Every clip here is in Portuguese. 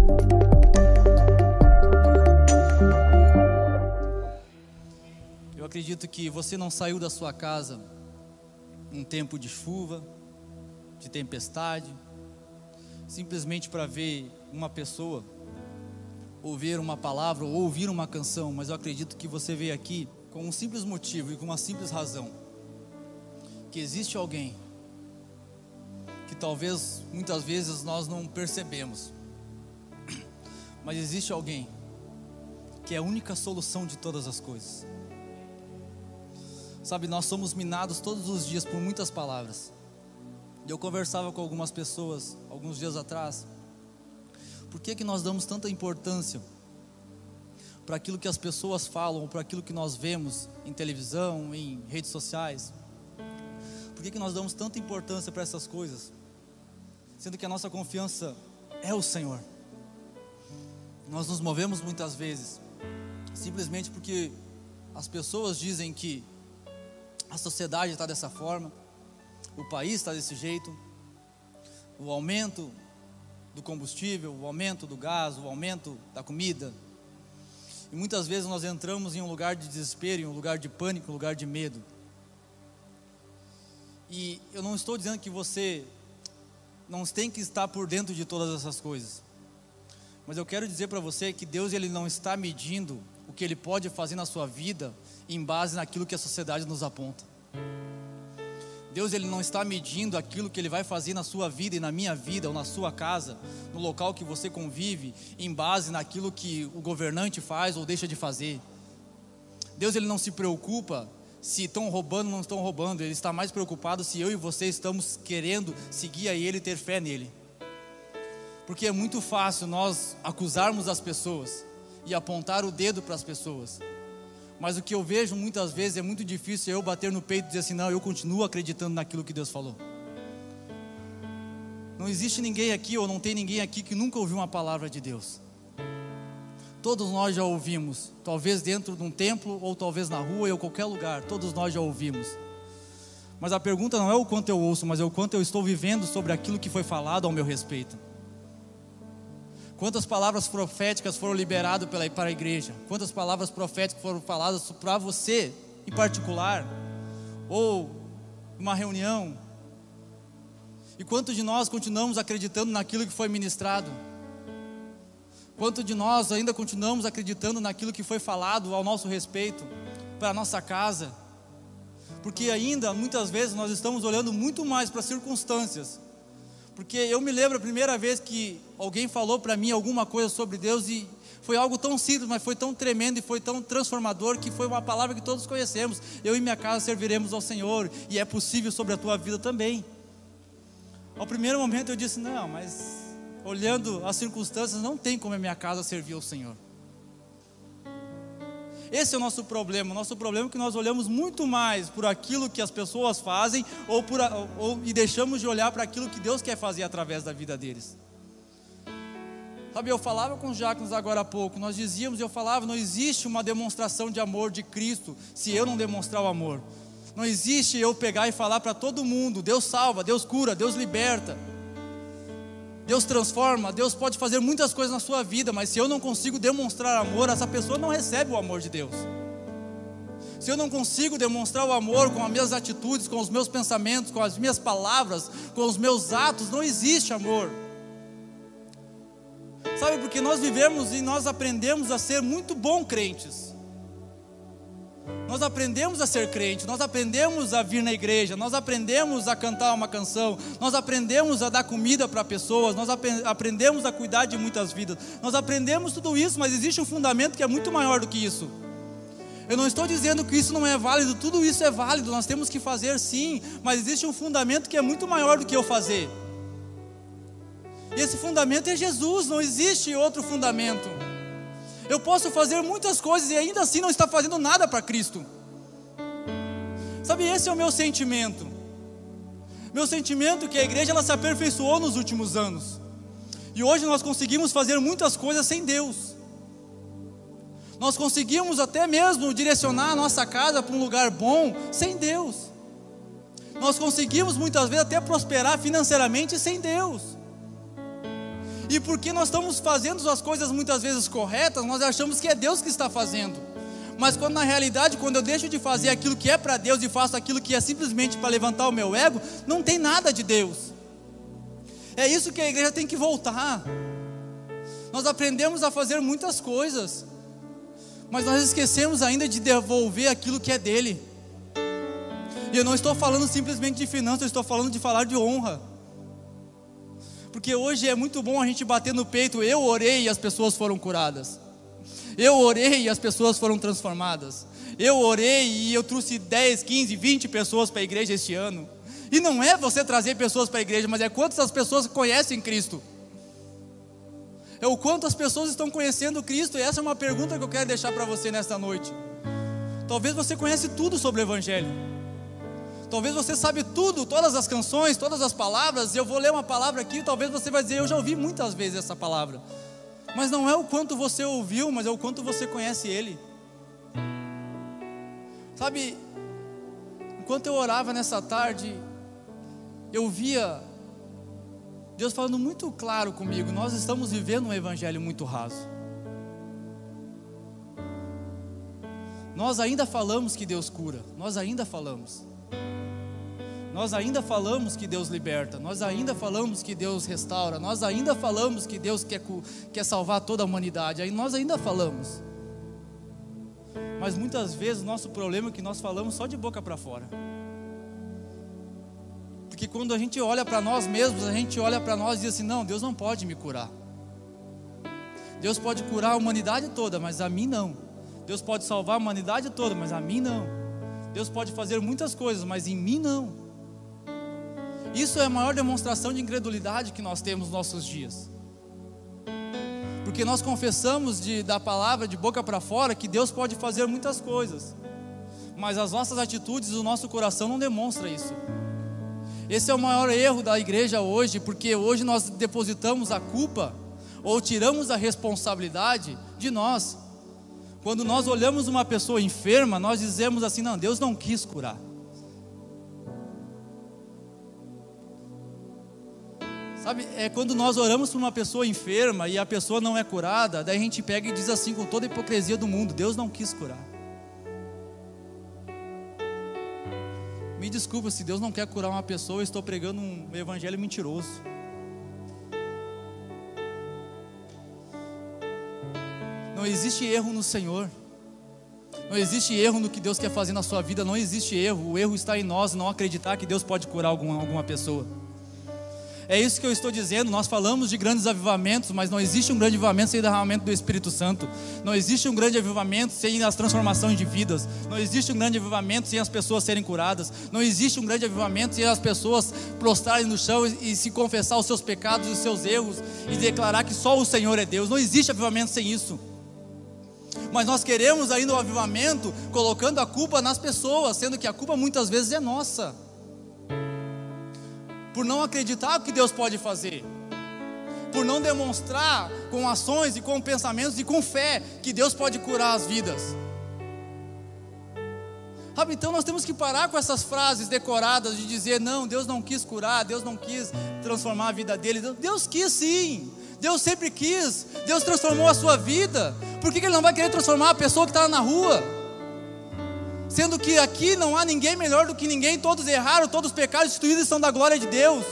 Eu acredito que você não saiu da sua casa num tempo de chuva, de tempestade, simplesmente para ver uma pessoa, ouvir uma palavra ou ouvir uma canção, mas eu acredito que você veio aqui com um simples motivo e com uma simples razão, que existe alguém que talvez muitas vezes nós não percebemos, mas existe alguém que é a única solução de todas as coisas. Sabe, nós somos minados todos os dias por muitas palavras. Eu conversava com algumas pessoas alguns dias atrás. Por que nós damos tanta importância para aquilo que as pessoas falam, ou para aquilo que nós vemos em televisão, em redes sociais? Por que nós damos tanta importância para essas coisas, sendo que a nossa confiança é o Senhor? Nós nos movemos muitas vezes simplesmente porque as pessoas dizem que a sociedade está dessa forma, o país está desse jeito, o aumento do combustível, o aumento do gás, o aumento da comida. E muitas vezes nós entramos em um lugar de desespero, em um lugar de pânico, um lugar de medo. E eu não estou dizendo que você não tem que estar por dentro de todas essas coisas, mas eu quero dizer para você que Deus, Ele não está medindo o que Ele pode fazer na sua vida em base naquilo que a sociedade nos aponta. Deus, Ele não está medindo aquilo que Ele vai fazer na sua vida e na minha vida, ou na sua casa, no local que você convive, em base naquilo que o governante faz ou deixa de fazer. Deus, Ele não se preocupa se estão roubando ou não estão roubando. Ele está mais preocupado se eu e você estamos querendo seguir a Ele e ter fé nele. Porque é muito fácil nós acusarmos as pessoas e apontar o dedo para as pessoas, mas o que eu vejo muitas vezes é muito difícil eu bater no peito e dizer assim: não, eu continuo acreditando naquilo que Deus falou. Não existe ninguém aqui, ou não tem ninguém aqui que nunca ouviu uma palavra de Deus. Todos nós já ouvimos, talvez dentro de um templo, ou talvez na rua, ou qualquer lugar, todos nós já ouvimos. Mas a pergunta não é o quanto eu ouço, mas é o quanto eu estou vivendo sobre aquilo que foi falado ao meu respeito. Quantas palavras proféticas foram liberadas para a igreja? Quantas palavras proféticas foram faladas para você em particular? Ou uma reunião? E quantos de nós continuamos acreditando naquilo que foi ministrado? Quantos de nós ainda continuamos acreditando naquilo que foi falado ao nosso respeito, para a nossa casa? Porque ainda, muitas vezes, nós estamos olhando muito mais para as circunstâncias. Porque eu me lembro a primeira vez que alguém falou para mim alguma coisa sobre Deus, e foi algo tão simples, mas foi tão tremendo e foi tão transformador, que foi uma palavra que todos conhecemos: eu e minha casa serviremos ao Senhor, e é possível sobre a tua vida também. Ao primeiro momento eu disse: não, mas olhando as circunstâncias, não tem como a minha casa servir ao Senhor. Esse é o nosso problema. O nosso problema é que nós olhamos muito mais por aquilo que as pessoas fazem, e deixamos de olhar para aquilo que Deus quer fazer através da vida deles. Sabe, eu falava com os diáconos agora há pouco, nós dizíamos, eu falava: não existe uma demonstração de amor de Cristo se eu não demonstrar o amor. Não existe eu pegar e falar para todo mundo: Deus salva, Deus cura, Deus liberta, Deus transforma, Deus pode fazer muitas coisas na sua vida, mas se eu não consigo demonstrar amor, essa pessoa não recebe o amor de Deus. Se eu não consigo demonstrar o amor com as minhas atitudes, com os meus pensamentos, com as minhas palavras, com os meus atos, não existe amor. Sabe, porque nós vivemos e nós aprendemos a ser muito bons crentes. Nós aprendemos a ser crente, nós aprendemos a vir na igreja, nós aprendemos a cantar uma canção, nós aprendemos a dar comida para pessoas, nós aprendemos a cuidar de muitas vidas, nós aprendemos tudo isso, mas existe um fundamento que é muito maior do que isso. Eu não estou dizendo que isso não é válido, tudo isso é válido, nós temos que fazer sim, mas existe um fundamento que é muito maior do que eu fazer. E esse fundamento é Jesus, não existe outro fundamento. Eu posso fazer muitas coisas e ainda assim não estar fazendo nada para Cristo. Sabe, esse é o meu sentimento. Meu sentimento é que a igreja ela se aperfeiçoou nos últimos anos. E hoje nós conseguimos fazer muitas coisas sem Deus. Nós conseguimos até mesmo direcionar a nossa casa para um lugar bom sem Deus. Nós conseguimos muitas vezes até prosperar financeiramente sem Deus. E porque nós estamos fazendo as coisas muitas vezes corretas, nós achamos que é Deus que está fazendo. Mas quando na realidade, quando eu deixo de fazer aquilo que é para Deus e faço aquilo que é simplesmente para levantar o meu ego, não tem nada de Deus. É isso que a igreja tem que voltar. Nós aprendemos a fazer muitas coisas, mas nós esquecemos ainda de devolver aquilo que é dele. E eu não estou falando simplesmente de finanças, eu estou falando de falar de honra. Porque hoje é muito bom a gente bater no peito: eu orei e as pessoas foram curadas, eu orei e as pessoas foram transformadas, eu orei e eu trouxe 10, 15, 20 pessoas para a igreja este ano. E não é você trazer pessoas para a igreja, mas é quantas as pessoas conhecem Cristo, é o quanto as pessoas estão conhecendo Cristo. E essa é uma pergunta que eu quero deixar para você nesta noite. Talvez você conhece tudo sobre o Evangelho, talvez você sabe tudo, todas as canções, todas as palavras. Eu vou ler uma palavra aqui, talvez você vai dizer: eu já ouvi muitas vezes essa palavra. Mas não é o quanto você ouviu, mas é o quanto você conhece Ele. Sabe, enquanto eu orava nessa tarde, eu via Deus falando muito claro comigo: nós estamos vivendo um evangelho muito raso. Nós ainda falamos que Deus cura, nós ainda falamos que Deus liberta, nós ainda falamos que Deus restaura, nós ainda falamos que Deus quer salvar toda a humanidade, aí nós ainda falamos. Mas muitas vezes o nosso problema é que nós falamos só de boca para fora. Porque quando a gente olha para nós mesmos, a gente olha para nós e diz assim: não, Deus não pode me curar. Deus pode curar a humanidade toda, mas a mim não. Deus pode salvar a humanidade toda, mas a mim não. Deus pode fazer muitas coisas, mas em mim não. Isso é a maior demonstração de incredulidade que nós temos nos nossos dias. Porque nós confessamos da palavra de boca para fora que Deus pode fazer muitas coisas, mas as nossas atitudes, o nosso coração não demonstra isso. Esse é o maior erro da igreja hoje, porque hoje nós depositamos a culpa, ou tiramos a responsabilidade de nós. Quando nós olhamos uma pessoa enferma, nós dizemos assim: não, Deus não quis curar. Sabe, é quando nós oramos por uma pessoa enferma e a pessoa não é curada, daí a gente pega e diz assim com toda a hipocrisia do mundo: Deus não quis curar. Me desculpa, se Deus não quer curar uma pessoa, eu estou pregando um evangelho mentiroso. Não existe erro no Senhor, não existe erro no que Deus quer fazer na sua vida, não existe erro. O erro está em nós não acreditar que Deus pode curar alguma pessoa. É isso que eu estou dizendo. Nós falamos de grandes avivamentos, mas não existe um grande avivamento sem o derramamento do Espírito Santo. Não existe um grande avivamento sem as transformações de vidas. Não existe um grande avivamento sem as pessoas serem curadas. Não existe um grande avivamento sem as pessoas prostrarem no chão e se confessar os seus pecados e os seus erros e declarar que só o Senhor é Deus. Não existe avivamento sem isso. Mas nós queremos ainda o avivamento colocando a culpa nas pessoas, sendo que a culpa muitas vezes é nossa, por não acreditar o que Deus pode fazer, por não demonstrar com ações e com pensamentos e com fé que Deus pode curar as vidas. Sabe, então nós temos que parar com essas frases decoradas de dizer: não, Deus não quis curar, Deus não quis transformar a vida dele. Deus quis sim, Deus sempre quis, Deus transformou a sua vida. Por que Ele não vai querer transformar a pessoa que está na rua? Sendo que aqui não há ninguém melhor do que ninguém, todos erraram, todos pecaram, destituídos são da glória de Deus.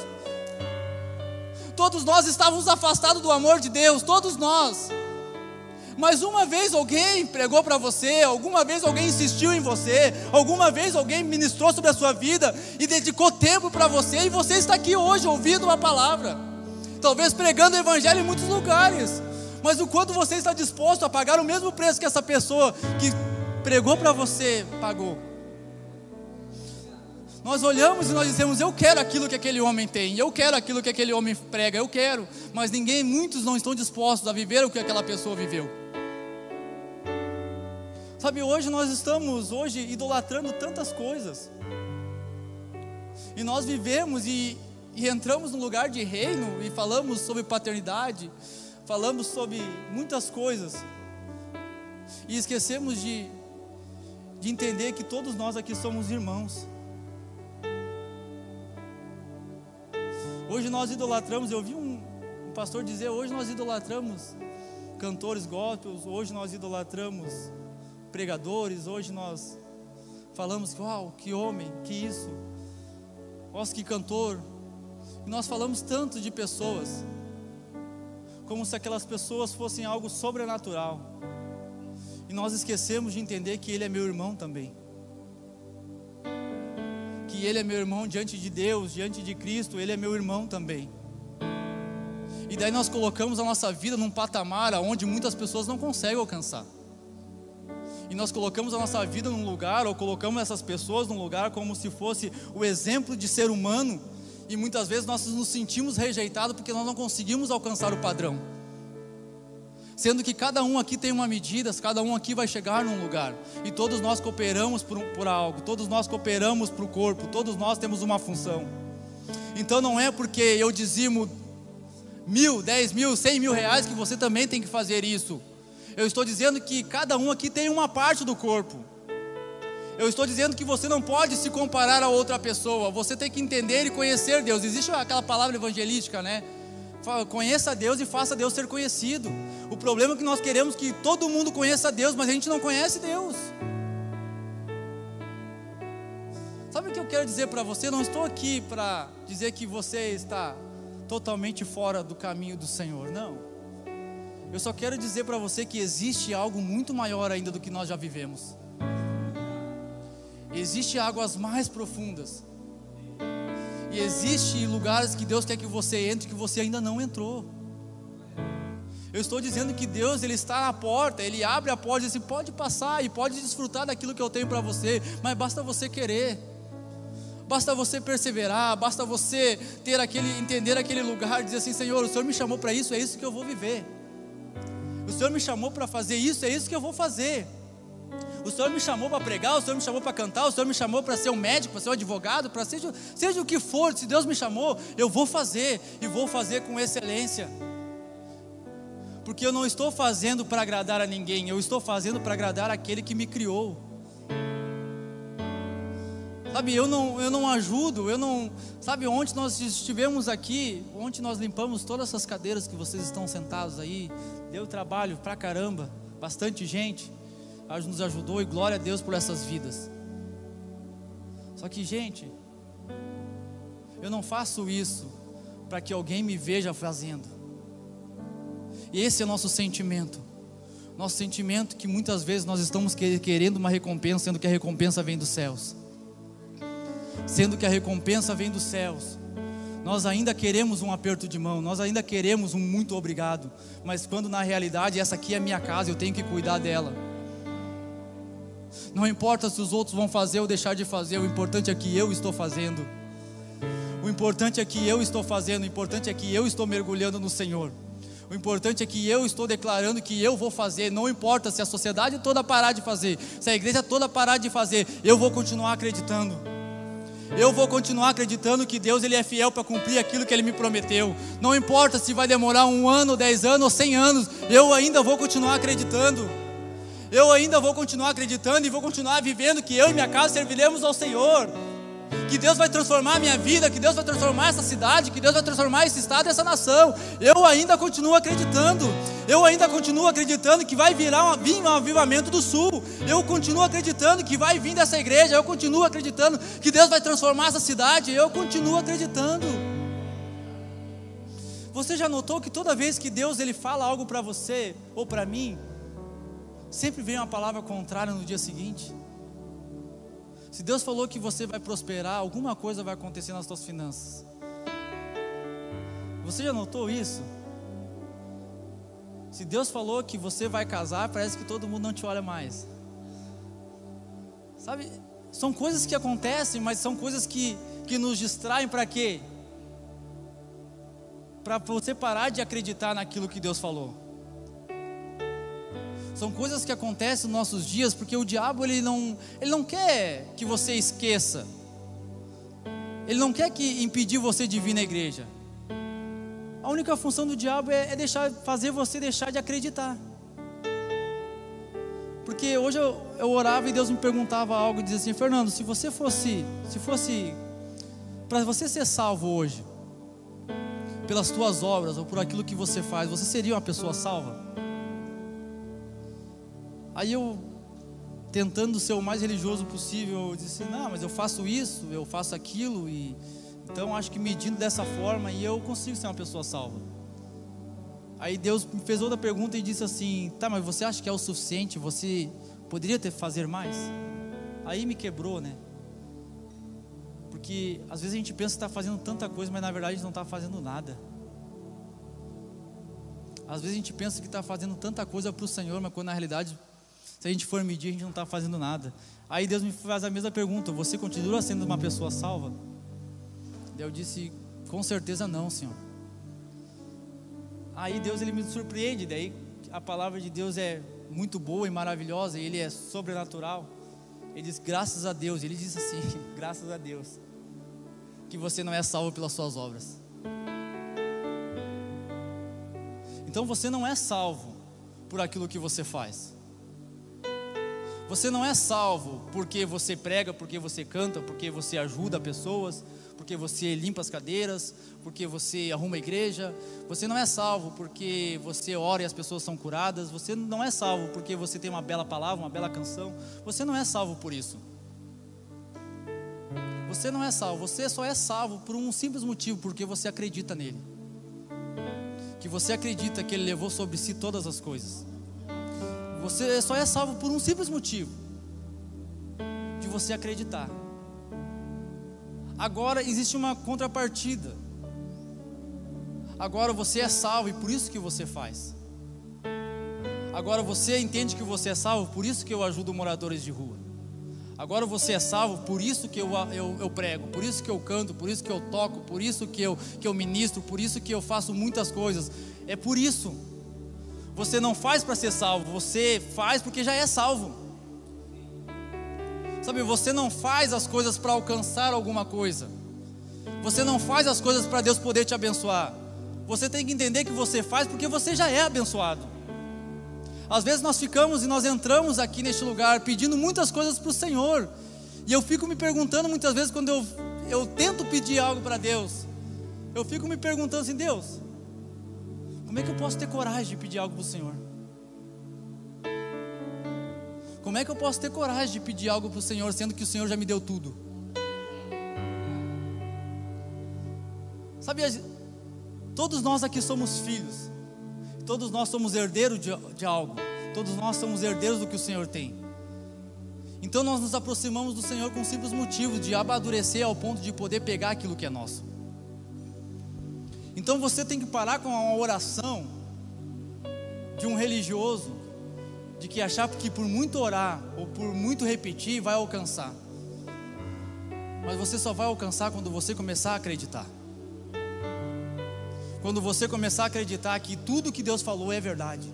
Todos nós estávamos afastados do amor de Deus, todos nós. Mas uma vez alguém pregou para você, alguma vez alguém insistiu em você, alguma vez alguém ministrou sobre a sua vida e dedicou tempo para você, e você está aqui hoje ouvindo uma palavra, talvez pregando o evangelho em muitos lugares, mas o quanto você está disposto a pagar o mesmo preço que essa pessoa que pregou para você pagou. Nós olhamos e nós dizemos: eu quero aquilo que aquele homem tem, eu quero aquilo que aquele homem prega, eu quero, mas muitos não estão dispostos a viver o que aquela pessoa viveu. Sabe, hoje nós estamos idolatrando tantas coisas, e nós vivemos e entramos no lugar de reino e falamos sobre paternidade, falamos sobre muitas coisas, e esquecemos de entender que todos nós aqui somos irmãos. Hoje nós idolatramos. Eu vi um pastor dizer, hoje nós idolatramos cantores gospels, hoje nós idolatramos pregadores, hoje nós falamos que uau, que homem, que isso, nossa, que cantor. E nós falamos tanto de pessoas, como se aquelas pessoas fossem algo sobrenatural, e nós esquecemos de entender que ele é meu irmão também, que ele é meu irmão diante de Deus, diante de Cristo, ele é meu irmão também. E daí nós colocamos a nossa vida num patamar onde muitas pessoas não conseguem alcançar, e nós colocamos a nossa vida num lugar, ou colocamos essas pessoas num lugar como se fosse o exemplo de ser humano, e muitas vezes nós nos sentimos rejeitados porque nós não conseguimos alcançar o padrão, sendo que cada um aqui tem uma medida, cada um aqui vai chegar num lugar, e todos nós cooperamos por algo, todos nós cooperamos para o corpo, todos nós temos uma função. Então não é porque eu dizimo 1.000, 10.000, 100.000 reais que você também tem que fazer isso. Eu estou dizendo que cada um aqui tem uma parte do corpo. Eu estou dizendo que você não pode se comparar a outra pessoa, você tem que entender e conhecer Deus. Existe aquela palavra evangelística, né? Conheça Deus e faça Deus ser conhecido. O problema é que nós queremos que todo mundo conheça Deus, mas a gente não conhece Deus. Sabe o que eu quero dizer para você? Não estou aqui para dizer que você está totalmente fora do caminho do Senhor, não. Eu só quero dizer para você que existe algo muito maior ainda do que nós já vivemos. Existem águas mais profundas, e existem lugares que Deus quer que você entre, que você ainda não entrou. Eu estou dizendo que Deus, Ele está na porta, Ele abre a porta e diz assim, pode passar e pode desfrutar daquilo que eu tenho para você, mas basta você querer, basta você perseverar, basta você entender aquele lugar, dizer assim, Senhor, o Senhor me chamou para isso, é isso que eu vou viver. O Senhor me chamou para fazer isso, é isso que eu vou fazer. O Senhor me chamou para pregar, o Senhor me chamou para cantar, o Senhor me chamou para ser um médico, para ser um advogado, para seja o que for, se Deus me chamou, eu vou fazer, e vou fazer com excelência. Porque eu não estou fazendo para agradar a ninguém, eu estou fazendo para agradar aquele que me criou. Sabe, eu não ajudo, sabe, ontem nós estivemos aqui, ontem nós limpamos todas essas cadeiras que vocês estão sentados aí, deu trabalho pra caramba, bastante gente nos ajudou, e glória a Deus por essas vidas. Só que, gente, eu não faço isso para que alguém me veja fazendo. E esse é o nosso sentimento que muitas vezes nós estamos querendo uma recompensa, sendo que a recompensa vem dos céus. Sendo que a recompensa vem dos céus, nós ainda queremos um aperto de mão, nós ainda queremos um muito obrigado, mas quando na realidade essa aqui é a minha casa, eu tenho que cuidar dela. Não importa se os outros vão fazer ou deixar de fazer, o importante é que eu estou fazendo. O importante é que eu estou fazendo, o importante é que eu estou mergulhando no Senhor. O importante é que eu estou declarando que eu vou fazer, não importa se a sociedade toda parar de fazer, se a igreja toda parar de fazer, eu vou continuar acreditando. Eu vou continuar acreditando que Deus, Ele é fiel para cumprir aquilo que Ele me prometeu. Não importa se vai demorar 1 ano, 10 anos ou 100 anos, eu ainda vou continuar acreditando. Eu ainda vou continuar acreditando e vou continuar vivendo que eu e minha casa serviremos ao Senhor. Que Deus vai transformar a minha vida, que Deus vai transformar essa cidade, que Deus vai transformar esse estado e essa nação. Eu ainda continuo acreditando. Eu ainda continuo acreditando que vai vir um avivamento do sul. Eu continuo acreditando que vai vir dessa igreja. Eu continuo acreditando que Deus vai transformar essa cidade. Eu continuo acreditando. Você já notou que toda vez que Deus Ele fala algo para você ou para mim, sempre vem uma palavra contrária no dia seguinte? Se Deus falou que você vai prosperar, alguma coisa vai acontecer nas suas finanças. Você já notou isso? Se Deus falou que você vai casar, parece que todo mundo não te olha mais. Sabe, são coisas que acontecem, mas são coisas que nos distraem para quê? Para você parar de acreditar naquilo que Deus falou. São coisas que acontecem nos nossos dias, porque o diabo ele não quer que você esqueça. Ele não quer impedir você de vir na igreja. A única função do diabo é fazer você deixar de acreditar. Porque hoje eu orava e Deus me perguntava algo e dizia assim: Fernando, se fosse para você ser salvo hoje, pelas tuas obras ou por aquilo que você faz, você seria uma pessoa salva? Aí eu, tentando ser o mais religioso possível, eu disse: não, mas eu faço isso, eu faço aquilo, e então acho que medindo dessa forma e eu consigo ser uma pessoa salva. Aí Deus me fez outra pergunta e disse assim: tá, mas você acha que é o suficiente? Você poderia fazer mais? Aí me quebrou, né? Porque às vezes a gente pensa que está fazendo tanta coisa, mas na verdade a gente não está fazendo nada. Às vezes a gente pensa que está fazendo tanta coisa para o Senhor, mas quando na realidade, se a gente for medir, a gente não está fazendo nada. Aí Deus me faz a mesma pergunta: você continua sendo uma pessoa salva? Daí eu disse: com certeza não, Senhor. Aí Deus, ele me surpreende. Daí a palavra de Deus é muito boa e maravilhosa, e ele é sobrenatural. Ele diz: graças a Deus. Ele diz assim: graças a Deus que você não é salvo pelas suas obras. Então você não é salvo por aquilo que você faz. Você não é salvo porque você prega, porque você canta, porque você ajuda pessoas, porque você limpa as cadeiras, porque você arruma a igreja. Você não é salvo porque você ora e as pessoas são curadas. Você não é salvo porque você tem uma bela palavra, uma bela canção. Você não é salvo por isso. Você não é salvo. Você só é salvo por um simples motivo: porque você acredita nele. Que você acredita que ele levou sobre si todas as coisas. Você só é salvo por um simples motivo: de você acreditar. Agora existe uma contrapartida. Agora você é salvo e por isso que você faz. Agora você entende que você é salvo, por isso que eu ajudo moradores de rua. Agora você é salvo, por isso que eu prego, por isso que eu canto, por isso que eu toco, por isso que eu ministro, por isso que eu faço muitas coisas. É por isso. Você não faz para ser salvo, você faz porque já é salvo. Sabe, você não faz as coisas para alcançar alguma coisa. Você não faz as coisas para Deus poder te abençoar. Você tem que entender que você faz porque você já é abençoado. Às vezes nós ficamos e nós entramos aqui neste lugar pedindo muitas coisas para o Senhor. E eu fico me perguntando muitas vezes, quando eu tento pedir algo para Deus, eu fico me perguntando assim: Deus, como é que eu posso ter coragem de pedir algo para o Senhor? Como é que eu posso ter coragem de pedir algo para o Senhor, sendo que o Senhor já me deu tudo? Sabe, todos nós aqui somos filhos. Todos nós somos herdeiros de algo. Todos nós somos herdeiros do que o Senhor tem. Então nós nos aproximamos do Senhor com um simples motivo: de amadurecer ao ponto de poder pegar aquilo que é nosso. Então você tem que parar com uma oração de um religioso, de que achar que por muito orar ou por muito repetir vai alcançar. Mas você só vai alcançar quando você começar a acreditar. Quando você começar a acreditar que tudo que Deus falou é verdade.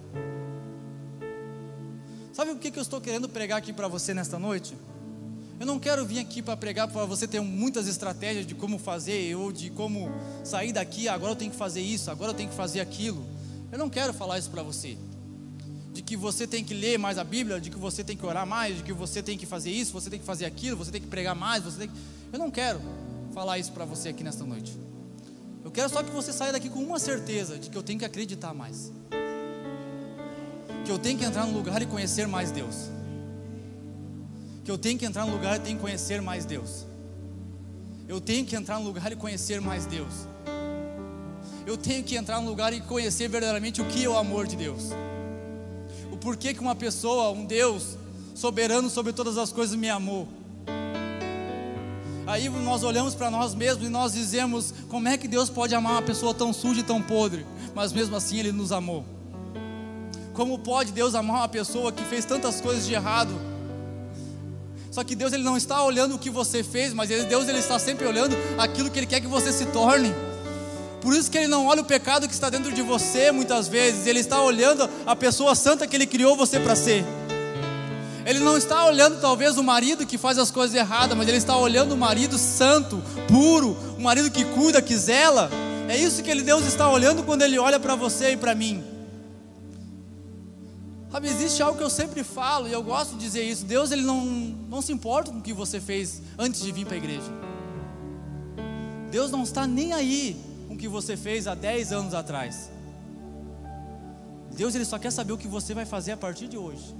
Sabe o que eu estou querendo pregar aqui para você nesta noite? Eu não quero vir aqui para pregar para você ter muitas estratégias de como fazer, ou de como sair daqui: agora eu tenho que fazer isso, agora eu tenho que fazer aquilo. Eu não quero falar isso para você, de que você tem que ler mais a Bíblia, de que você tem que orar mais, de que você tem que fazer isso, você tem que fazer aquilo, você tem que pregar mais, Eu não quero falar isso para você aqui nesta noite. Eu quero só que você saia daqui com uma certeza: de que eu tenho que acreditar mais, que eu tenho que entrar no lugar e conhecer mais Deus, que eu tenho que entrar no lugar e tenho que conhecer mais Deus. Eu tenho que entrar no lugar e conhecer mais Deus. Eu tenho que entrar no lugar e conhecer verdadeiramente o que é o amor de Deus. O porquê que uma pessoa, um Deus soberano sobre todas as coisas me amou. Aí nós olhamos para nós mesmos e nós dizemos: como é que Deus pode amar uma pessoa tão suja e tão podre? Mas mesmo assim Ele nos amou. Como pode Deus amar uma pessoa que fez tantas coisas de errado? Só que Deus, Ele não está olhando o que você fez, mas Deus, Ele está sempre olhando aquilo que Ele quer que você se torne. Por isso que Ele não olha o pecado que está dentro de você muitas vezes. Ele está olhando a pessoa santa que Ele criou você para ser. Ele não está olhando talvez o marido que faz as coisas erradas, mas Ele está olhando o marido santo, puro, o marido que cuida, que zela. É isso que Deus está olhando quando Ele olha para você e para mim. Sabe, existe algo que eu sempre falo e eu gosto de dizer isso: Deus, Ele não se importa com o que você fez antes de vir para a igreja. Deus não está nem aí com o que você fez há 10 anos atrás. Deus, Ele só quer saber o que você vai fazer a partir de hoje.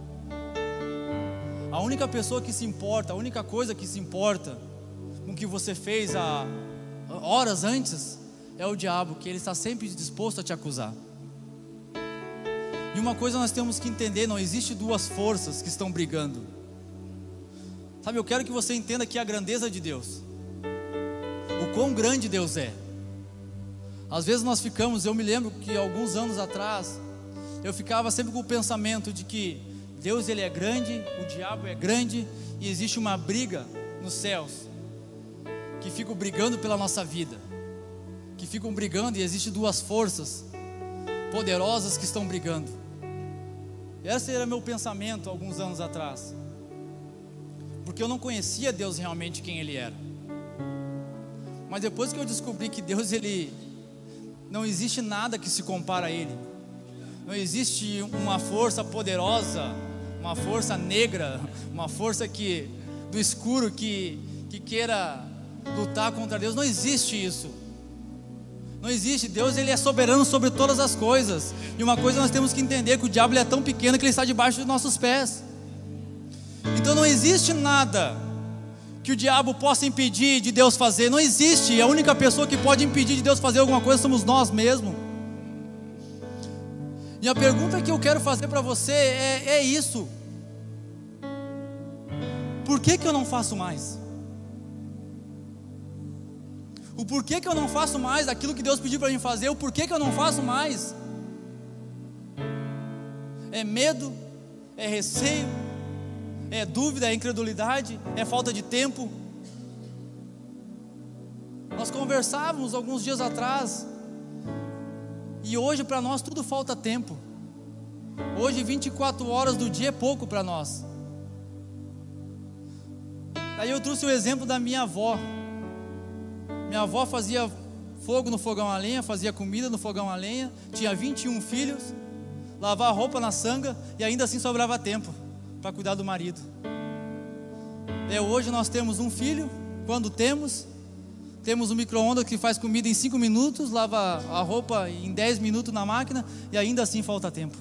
A única pessoa que se importa, a única coisa que se importa com o que você fez há horas antes, é o diabo, que ele está sempre disposto a te acusar. E uma coisa nós temos que entender: não existe duas forças que estão brigando. Sabe, eu quero que você entenda aqui a grandeza de Deus, o quão grande Deus é. Às vezes nós ficamos, eu me lembro que alguns anos atrás, eu ficava sempre com o pensamento de que Deus, Ele é grande, o diabo é grande, e existe uma briga nos céus, que ficam brigando pela nossa vida, que ficam brigando, e existe duas forças poderosas que estão brigando. Esse era meu pensamento alguns anos atrás, porque eu não conhecia Deus realmente quem Ele era. Mas depois que eu descobri que Deus, Ele, não existe nada que se compara a Ele. Não existe uma força poderosa, uma força negra, uma força do escuro que queira lutar contra Deus. Não existe isso. Não existe. Deus, Ele é soberano sobre todas as coisas. E uma coisa nós temos que entender: que o diabo, ele é tão pequeno que ele está debaixo dos nossos pés. Então não existe nada que o diabo possa impedir de Deus fazer. Não existe. A única pessoa que pode impedir de Deus fazer alguma coisa somos nós mesmos. E a pergunta que eu quero fazer para você é isso: por que eu não faço mais? O porquê que eu não faço mais aquilo que Deus pediu para mim fazer? O porquê que eu não faço mais? É medo? É receio? É dúvida? É incredulidade? É falta de tempo? Nós conversávamos alguns dias atrás, e hoje para nós tudo falta tempo. Hoje 24 horas do dia é pouco para nós. Daí eu trouxe o exemplo da minha avó. Minha avó fazia fogo no fogão a lenha, fazia comida no fogão a lenha, tinha 21 filhos, lavava roupa na sanga, e ainda assim sobrava tempo para cuidar do marido. Hoje nós temos um filho, quando temos um micro-ondas que faz comida em 5 minutos, lava a roupa em 10 minutos na máquina, e ainda assim falta tempo.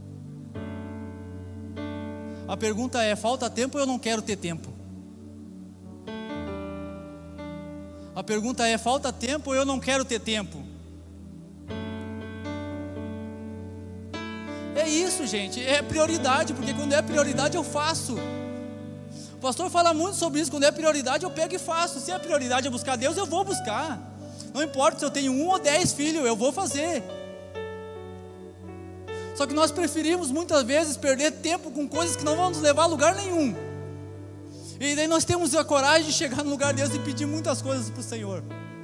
A pergunta é: falta tempo ou eu não quero ter tempo? A pergunta é: falta tempo ou eu não quero ter tempo? É isso, gente, é prioridade, porque quando é prioridade eu faço. O pastor fala muito sobre isso: quando é prioridade eu pego e faço. Se a prioridade é buscar Deus, eu vou buscar. Não importa se eu tenho 1 ou 10 filhos, eu vou fazer. Só que nós preferimos muitas vezes perder tempo com coisas que não vão nos levar a lugar nenhum. E daí nós temos a coragem de chegar no lugar de Deus e pedir muitas coisas para o Senhor.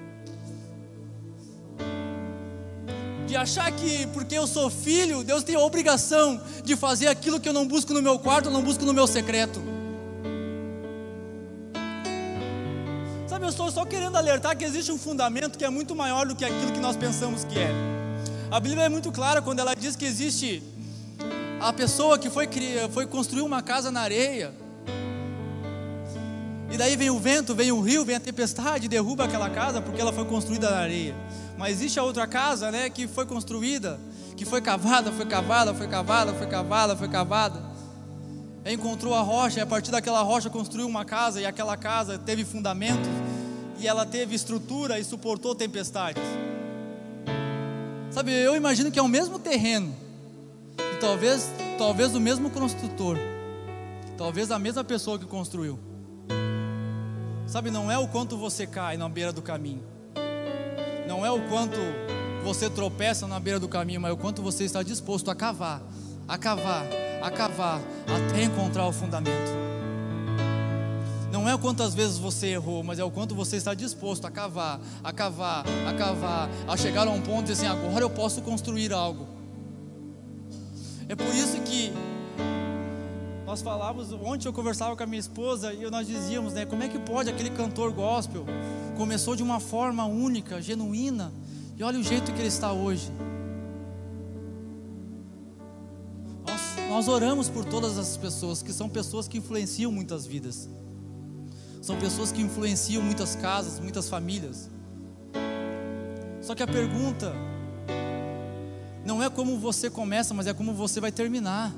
De achar que porque eu sou filho, Deus tem a obrigação de fazer aquilo que eu não busco no meu quarto, eu não busco no meu secreto. Sabe, eu estou só querendo alertar que existe um fundamento que é muito maior do que aquilo que nós pensamos que é. A Bíblia é muito clara quando ela diz que existe a pessoa que foi construir uma casa na areia, e daí vem o vento, vem o rio, vem a tempestade, derruba aquela casa porque ela foi construída na areia. Mas existe a outra casa, né, que foi construída, que foi cavada, encontrou a rocha, e a partir daquela rocha construiu uma casa, e aquela casa teve fundamentos, e ela teve estrutura e suportou tempestades. Sabe, eu imagino que é o mesmo terreno, e talvez o mesmo construtor, talvez a mesma pessoa que construiu. Sabe, não é o quanto você cai na beira do caminho, não é o quanto você tropeça na beira do caminho, mas é o quanto você está disposto a cavar, até encontrar o fundamento. Não é quantas vezes você errou, mas é o quanto você está disposto a cavar, a chegar a um ponto de dizer assim: agora eu posso construir algo. É por isso que nós falávamos, ontem eu conversava com a minha esposa e nós dizíamos, né, como é que pode aquele cantor gospel, começou de uma forma única, genuína, e olha o jeito que ele está hoje. Nós oramos por todas essas pessoas, que são pessoas que influenciam muitas vidas, são pessoas que influenciam muitas casas, muitas famílias. Só que a pergunta não é como você começa, mas é como você vai terminar.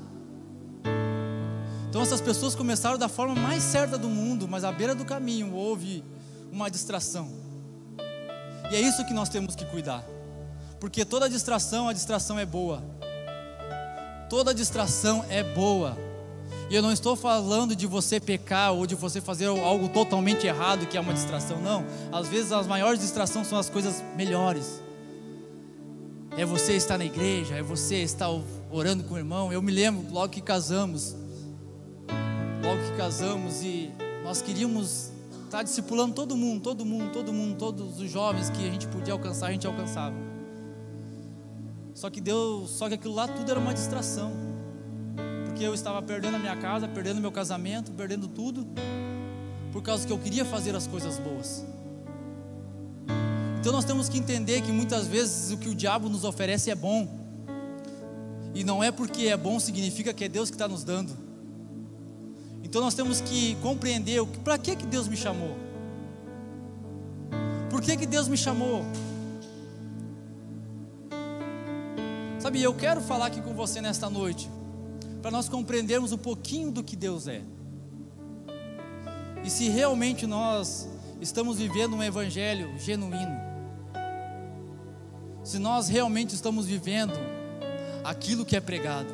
Então essas pessoas começaram da forma mais certa do mundo, mas à beira do caminho houve uma distração. E é isso que nós temos que cuidar, porque toda distração, a distração é boa. Toda distração é boa. E eu não estou falando de você pecar ou de você fazer algo totalmente errado, que é uma distração, não. Às vezes as maiores distrações são as coisas melhores. É você estar na igreja, é você estar orando com o irmão. Eu me lembro, logo que casamos e nós queríamos estar discipulando todo mundo, todos os jovens que a gente podia alcançar, a gente alcançava. Só que aquilo lá tudo era uma distração, porque eu estava perdendo a minha casa, perdendo meu casamento, perdendo tudo, por causa que eu queria fazer as coisas boas. Então nós temos que entender que muitas vezes o que o diabo nos oferece é bom, e não é porque é bom significa que é Deus que está nos dando. Então nós temos que compreender para que Deus me chamou. Por que Deus me chamou? Sabe, eu quero falar aqui com você nesta noite, para nós compreendermos um pouquinho do que Deus é. E se realmente nós estamos vivendo um evangelho genuíno, se nós realmente estamos vivendo aquilo que é pregado.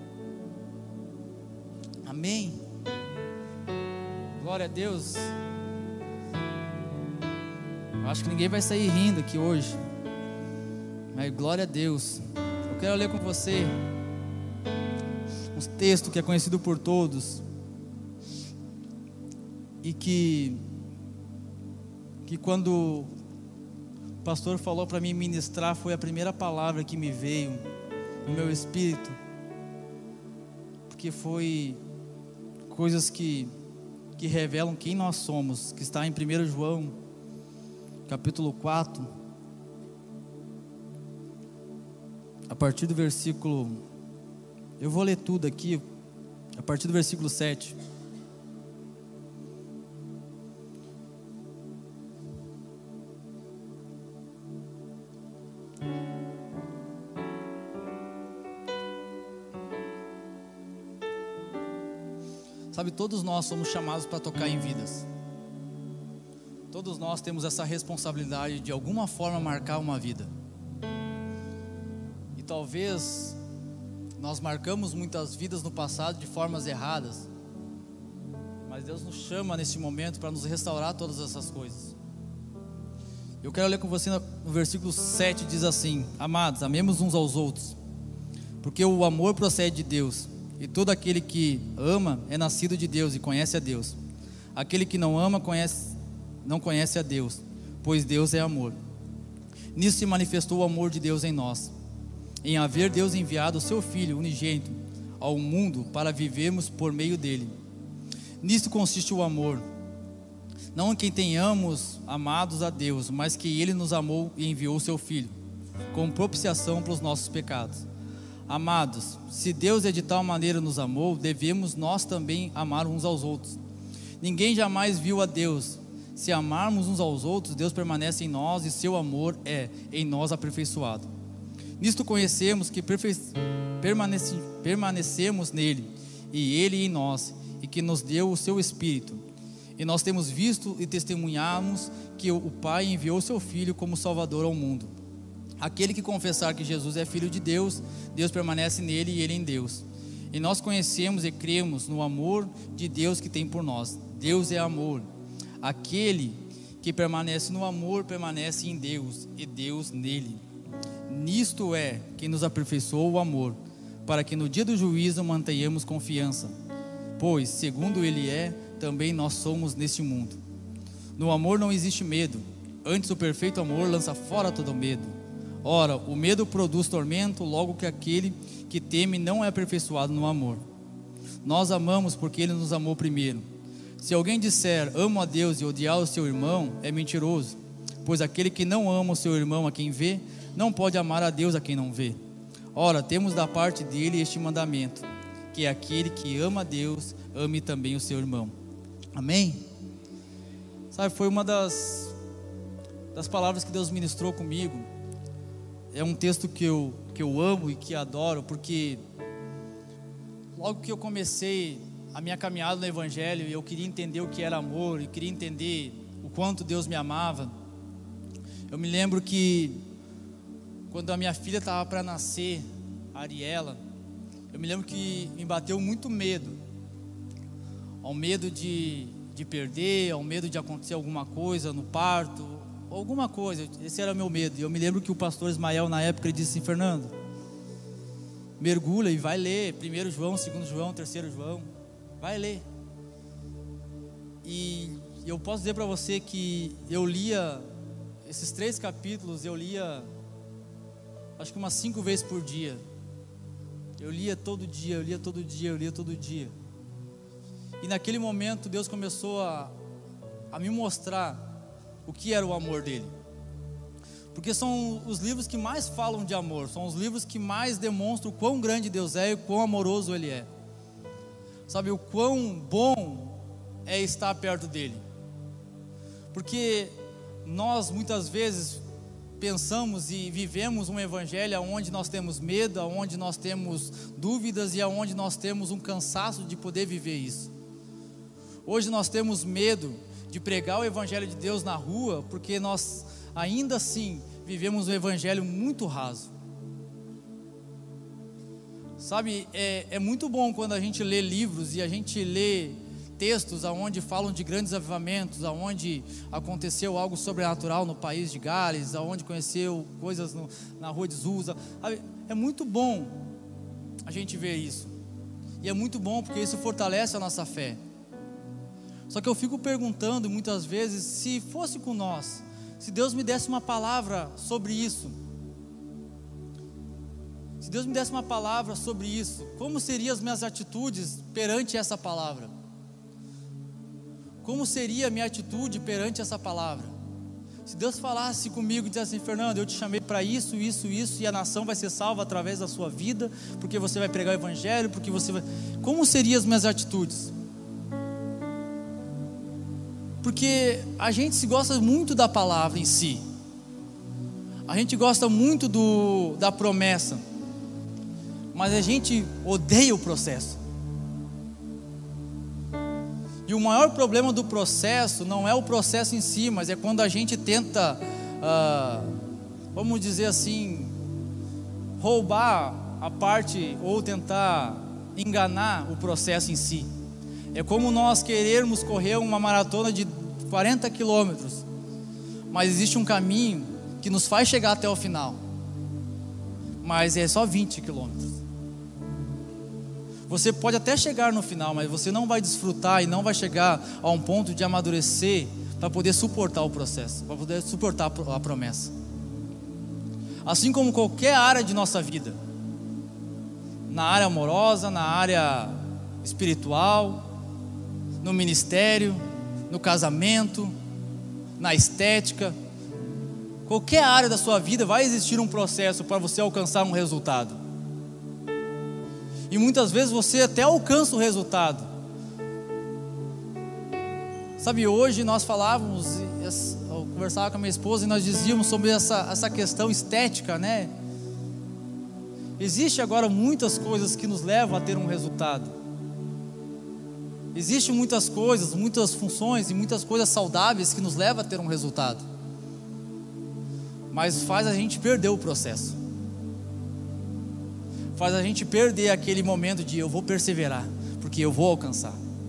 Amém? Glória a Deus. Eu acho que ninguém vai sair rindo aqui hoje, mas glória a Deus. Eu quero ler com você um texto que é conhecido por todos e que quando o pastor falou para mim ministrar, foi a primeira palavra que me veio no meu espírito, porque foi coisas que revelam quem nós somos, que está em 1 João capítulo 4, a partir do versículo, eu vou ler tudo aqui, a partir do versículo 7. Sabe, todos nós somos chamados para tocar em vidas. Todos nós temos essa responsabilidade de alguma forma marcar uma vida. E talvez nós marcamos muitas vidas no passado de formas erradas, mas Deus nos chama nesse momento para nos restaurar todas essas coisas. Eu quero ler com você no versículo 7, diz assim: Amados, amemos uns aos outros, porque o amor procede de Deus. E todo aquele que ama é nascido de Deus e conhece a Deus. Aquele que não ama não conhece a Deus, pois Deus é amor. Nisso se manifestou o amor de Deus em nós, em haver Deus enviado o seu Filho unigênito ao mundo para vivermos por meio dele. Nisto consiste o amor, não em que tenhamos amados a Deus, mas que ele nos amou e enviou o seu Filho como propiciação para os nossos pecados. Amados, se Deus de tal maneira nos amou, devemos nós também amar uns aos outros. Ninguém jamais viu a Deus. Se amarmos uns aos outros, Deus permanece em nós e seu amor é em nós aperfeiçoado. Nisto conhecemos que permanecemos nele e ele em nós, e que nos deu o seu Espírito. E nós temos visto e testemunhamos que o Pai enviou o seu Filho como Salvador ao mundo. Aquele que confessar que Jesus é Filho de Deus, Deus permanece nele e ele em Deus. E nós conhecemos e cremos no amor de Deus que tem por nós. Deus é amor. Aquele que permanece no amor permanece em Deus e Deus nele. Nisto é que nos aperfeiçoou o amor, para que no dia do juízo mantenhamos confiança. Pois, segundo ele é, também nós somos neste mundo. No amor não existe medo, antes o perfeito amor lança fora todo medo. Ora, o medo produz tormento, logo que aquele que teme não é aperfeiçoado no amor. Nós amamos porque ele nos amou primeiro. Se alguém disser, amo a Deus e odiar o seu irmão, é mentiroso. Pois aquele que não ama o seu irmão a quem vê, não pode amar a Deus a quem não vê. Ora, temos da parte dele este mandamento, que é aquele que ama a Deus, ame também o seu irmão. Amém? Sabe, foi uma das palavras que Deus ministrou comigo. é um texto que eu amo e que adoro, porque logo que eu comecei a minha caminhada no Evangelho, eu queria entender o que era amor, e queria entender o quanto Deus me amava. Eu me lembro que quando a minha filha estava para nascer, a Ariela, eu me lembro que me bateu muito medo, ao medo de perder, ao medo de acontecer alguma coisa no parto, alguma coisa. Esse era o meu medo. E eu me lembro que o pastor Ismael, na época, ele disse assim: Fernando, mergulha e vai ler 1 João, 2 João, 3 João, vai ler. E eu posso dizer para você que eu lia esses 3 capítulos, eu lia acho que umas 5 vezes por dia. Eu lia todo dia, eu lia todo dia, eu lia todo dia. E naquele momento Deus começou a me mostrar o que era o amor dele. Porque são os livros que mais falam de amor, são os livros que mais demonstram o quão grande Deus é e o quão amoroso Ele é. Sabe, o quão bom é estar perto dele. Porque nós muitas vezes pensamos e vivemos um evangelho onde nós temos medo, onde nós temos dúvidas e onde nós temos um cansaço de poder viver isso. Hoje nós temos medo de pregar o evangelho de Deus na rua, porque nós ainda assim vivemos um evangelho muito raso. Sabe, é muito bom quando a gente lê livros e a gente lê textos onde falam de grandes avivamentos, onde aconteceu algo sobrenatural no país de Gales, onde conheceu coisas na rua de Zusa. É muito bom a gente ver isso, e é muito bom porque isso fortalece a nossa fé. Só que eu fico perguntando muitas vezes, se fosse com nós, se Deus me desse uma palavra sobre isso, se Deus me desse uma palavra sobre isso, como seriam as minhas atitudes perante essa palavra? Como seria a minha atitude perante essa palavra? Se Deus falasse comigo e dissesse assim: Fernando, eu te chamei para isso, isso, isso, e a nação vai ser salva através da sua vida, porque você vai pregar o evangelho, porque você vai... Como seriam as minhas atitudes? Porque a gente se gosta muito da palavra em si, a gente gosta muito da promessa, mas a gente odeia o processo. E o maior problema do processo não é o processo em si, mas é quando a gente tenta, vamos dizer assim, roubar a parte ou tentar enganar o processo em si. É como nós querermos correr uma maratona de 40 quilômetros, mas existe um caminho que nos faz chegar até o final, mas é só 20 quilômetros. Você pode até chegar no final, mas você não vai desfrutar e não vai chegar a um ponto de amadurecer para poder suportar o processo, para poder suportar a promessa. Assim como qualquer área de nossa vida, na área amorosa, na área espiritual, no ministério, no casamento, na estética, qualquer área da sua vida vai existir um processo para você alcançar um resultado. E muitas vezes você até alcança o resultado. Sabe, hoje nós falávamos, eu conversava com a minha esposa e nós dizíamos sobre essa questão estética, né? Existe agora muitas coisas que nos levam a ter um resultado. Existem muitas coisas, muitas funções e muitas coisas saudáveis que nos levam a ter um resultado, mas faz a gente perder o processo, faz a gente perder aquele momento de eu vou perseverar, porque eu vou alcançar.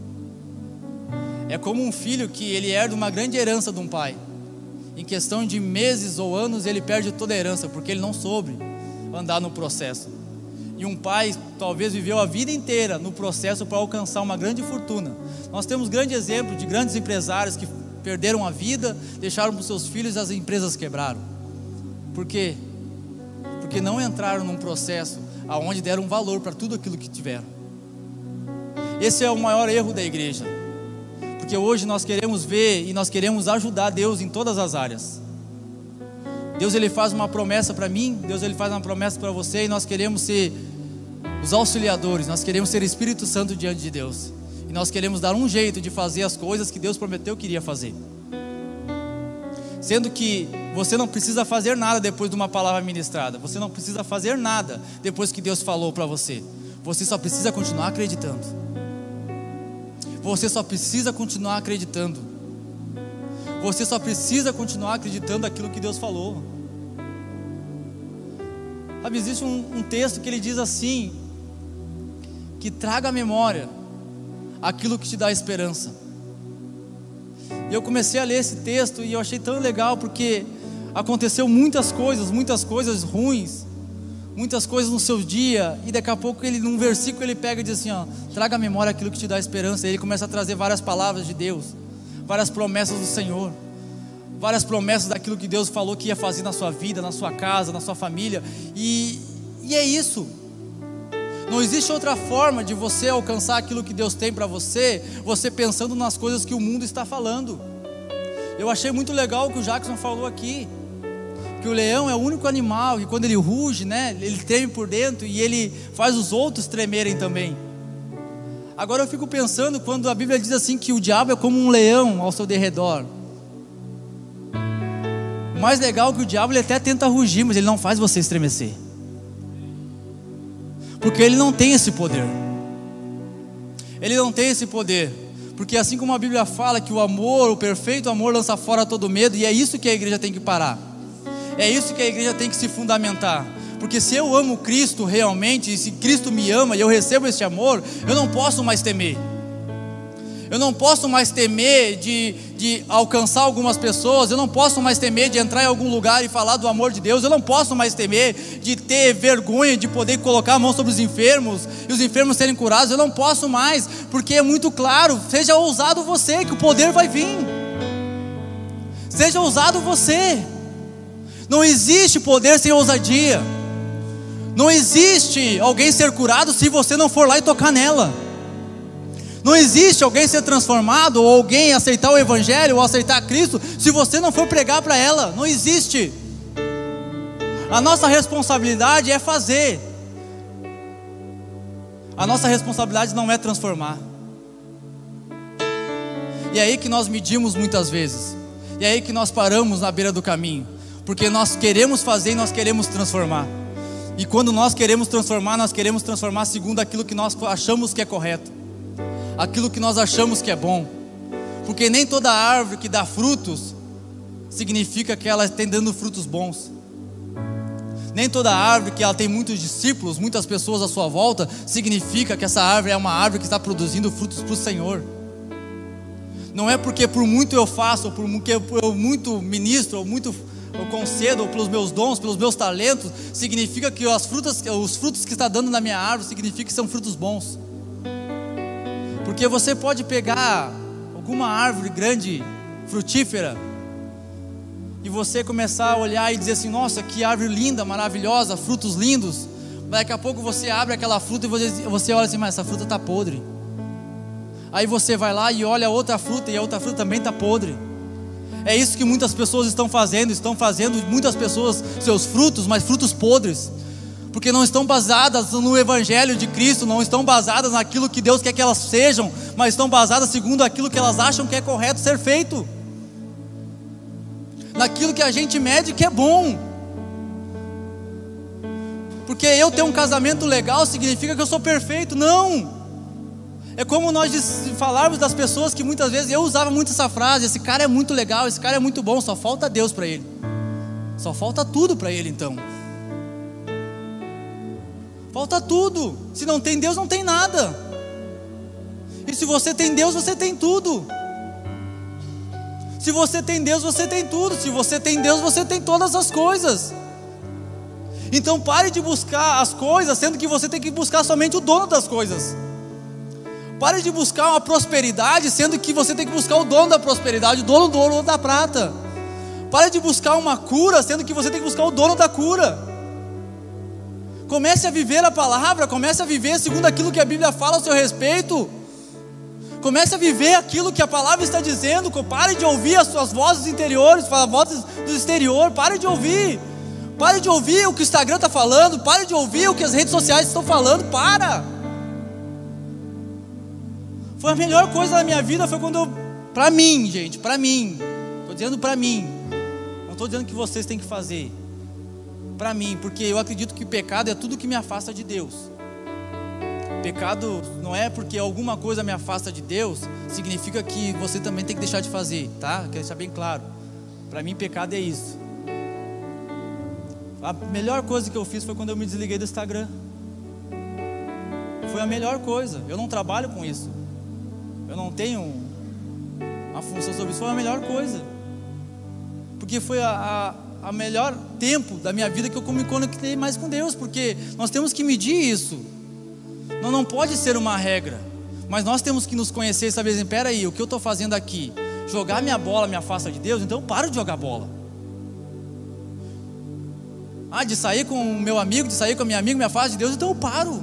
É como um filho que ele herda uma grande herança de um pai, em questão de meses ou anos ele perde toda a herança, porque ele não soube andar no processo. E um pai talvez viveu a vida inteira no processo para alcançar uma grande fortuna. Nós temos grande exemplo de grandes empresários que perderam a vida, deixaram para os seus filhos e as empresas quebraram. Por quê? Porque não entraram num processo aonde deram valor para tudo aquilo que tiveram. Esse é o maior erro da igreja, porque hoje nós queremos ver e nós queremos ajudar Deus em todas as áreas. Deus ele faz uma promessa para mim, Deus ele faz uma promessa para você, e nós queremos ser os auxiliadores, nós queremos ser Espírito Santo diante de Deus, e nós queremos dar um jeito de fazer as coisas que Deus prometeu que iria fazer. Sendo que você não precisa fazer nada depois de uma palavra ministrada. Você não precisa fazer nada depois que Deus falou para você. Você só precisa continuar acreditando. Você só precisa continuar acreditando. Você só precisa continuar acreditando naquilo que Deus falou. Sabe, existe um texto que ele diz assim: que traga à memória aquilo que te dá esperança. E eu comecei a ler esse texto e eu achei tão legal, porque aconteceu muitas coisas ruins, muitas coisas no seu dia, e daqui a pouco ele, num versículo, ele pega e diz assim, ó, traga à memória aquilo que te dá esperança. E ele começa a trazer várias palavras de Deus, várias promessas do Senhor, várias promessas daquilo que Deus falou que ia fazer na sua vida, na sua casa, na sua família. E é isso. Não existe outra forma de você alcançar aquilo que Deus tem para você, você pensando nas coisas que o mundo está falando. Eu achei muito legal o que o Jackson falou aqui, que o leão é o único animal que quando ele ruge, né, ele treme por dentro e ele faz os outros tremerem também. Agora eu fico pensando, quando a Bíblia diz assim que o diabo é como um leão ao seu derredor. O mais legal é que o diabo, ele até tenta rugir, mas ele não faz você estremecer, porque ele não tem esse poder. Ele não tem esse poder, porque assim como a Bíblia fala que o amor, o perfeito amor lança fora todo medo, e é isso que a igreja tem que parar, é isso que a igreja tem que se fundamentar. Porque se eu amo Cristo realmente, e se Cristo me ama e eu recebo esse amor, eu não posso mais temer. Eu não posso mais temer de alcançar algumas pessoas. Eu não posso mais temer de entrar em algum lugar e falar do amor de Deus. Eu não posso mais temer de ter vergonha de poder colocar a mão sobre os enfermos e os enfermos serem curados. Eu não posso mais, porque é muito claro. Seja ousado você, que o poder vai vir. Seja ousado você. Não existe poder sem ousadia. Não existe alguém ser curado se você não for lá e tocar nela. Não existe alguém ser transformado, ou alguém aceitar o Evangelho, ou aceitar Cristo, se você não for pregar para ela. Não existe. A nossa responsabilidade é fazer. A nossa responsabilidade não é transformar. E é aí que nós medimos muitas vezes. E é aí que nós paramos na beira do caminho, porque nós queremos fazer e nós queremos transformar. E quando nós queremos transformar segundo aquilo que nós achamos que é correto, aquilo que nós achamos que é bom. Porque nem toda árvore que dá frutos significa que ela está dando frutos bons. Nem toda árvore que ela tem muitos discípulos, muitas pessoas à sua volta, significa que essa árvore é uma árvore que está produzindo frutos para o Senhor. Não é porque por muito eu faço, ou porque eu muito ministro, ou muito eu concedo, ou pelos meus dons, pelos meus talentos, significa que os frutos que está dando na minha árvore, significa que são frutos bons. Porque você pode pegar alguma árvore grande, frutífera, e você começar a olhar e dizer assim, nossa, que árvore linda, maravilhosa, frutos lindos. Daqui a pouco você abre aquela fruta e você olha assim, mas essa fruta está podre. Aí você vai lá e olha outra fruta, e a outra fruta também está podre. É isso que muitas pessoas estão fazendo muitas pessoas seus frutos, mas frutos podres, porque não estão basadas no Evangelho de Cristo, não estão basadas naquilo que Deus quer que elas sejam, mas estão basadas segundo aquilo que elas acham que é correto ser feito, naquilo que a gente mede que é bom. Porque eu ter um casamento legal significa que eu sou perfeito? Não. É como nós falarmos das pessoas que muitas vezes, eu usava muito essa frase, esse cara é muito legal, esse cara é muito bom, só falta Deus para ele. Só falta tudo para ele então. Falta tudo. Se não tem Deus, não tem nada. E se você tem Deus, você tem tudo. Se você tem Deus, você tem tudo. Se você tem Deus, você tem todas as coisas. Então pare de buscar as coisas, sendo que você tem que buscar somente o dono das coisas. Pare de buscar uma prosperidade, sendo que você tem que buscar o dono da prosperidade, o dono do ouro ou da prata. Pare de buscar uma cura, sendo que você tem que buscar o dono da cura. Comece a viver a palavra, comece a viver segundo aquilo que a Bíblia fala ao seu respeito. Comece a viver aquilo que a palavra está dizendo. Pare de ouvir as suas vozes interiores, as vozes do exterior. Pare de ouvir. Pare de ouvir o que o Instagram está falando. Pare de ouvir o que as redes sociais estão falando. Foi a melhor coisa da minha vida, foi quando para mim, gente, para mim, estou dizendo para mim, estou dizendo que vocês têm que fazer para mim, porque eu acredito que o pecado é tudo que me afasta de Deus. Pecado não é porque alguma coisa me afasta de Deus, significa que você também tem que deixar de fazer, tá? Quero deixar bem claro. Para mim, pecado é isso. A melhor coisa que eu fiz foi quando eu me desliguei do Instagram. Foi a melhor coisa. Eu não trabalho com isso. Eu não tenho uma função sobre isso. Foi a melhor coisa. Porque foi a melhor tempo da minha vida que eu me conectei mais com Deus. Porque nós temos que medir isso. Não pode ser uma regra. Mas nós temos que nos conhecer e saber assim, peraí, o que eu estou fazendo aqui? Jogar minha bola me afasta de Deus? Então eu paro de jogar bola. De sair com o meu amigo, de sair com a minha amiga me afasta de Deus? Então eu paro.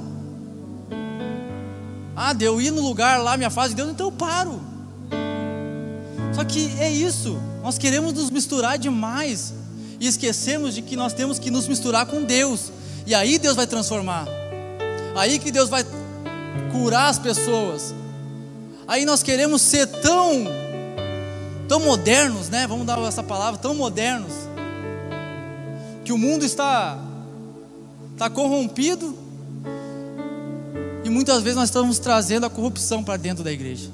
De eu ir no lugar lá me afasta de Deus? Então eu paro. Só que é isso. Nós queremos nos misturar demais e esquecemos de que nós temos que nos misturar com Deus. E aí Deus vai transformar. Aí que Deus vai curar as pessoas. Aí nós queremos ser tão modernos, né? Vamos dar essa palavra, tão modernos, que o mundo está corrompido, e muitas vezes nós estamos trazendo a corrupção para dentro da igreja.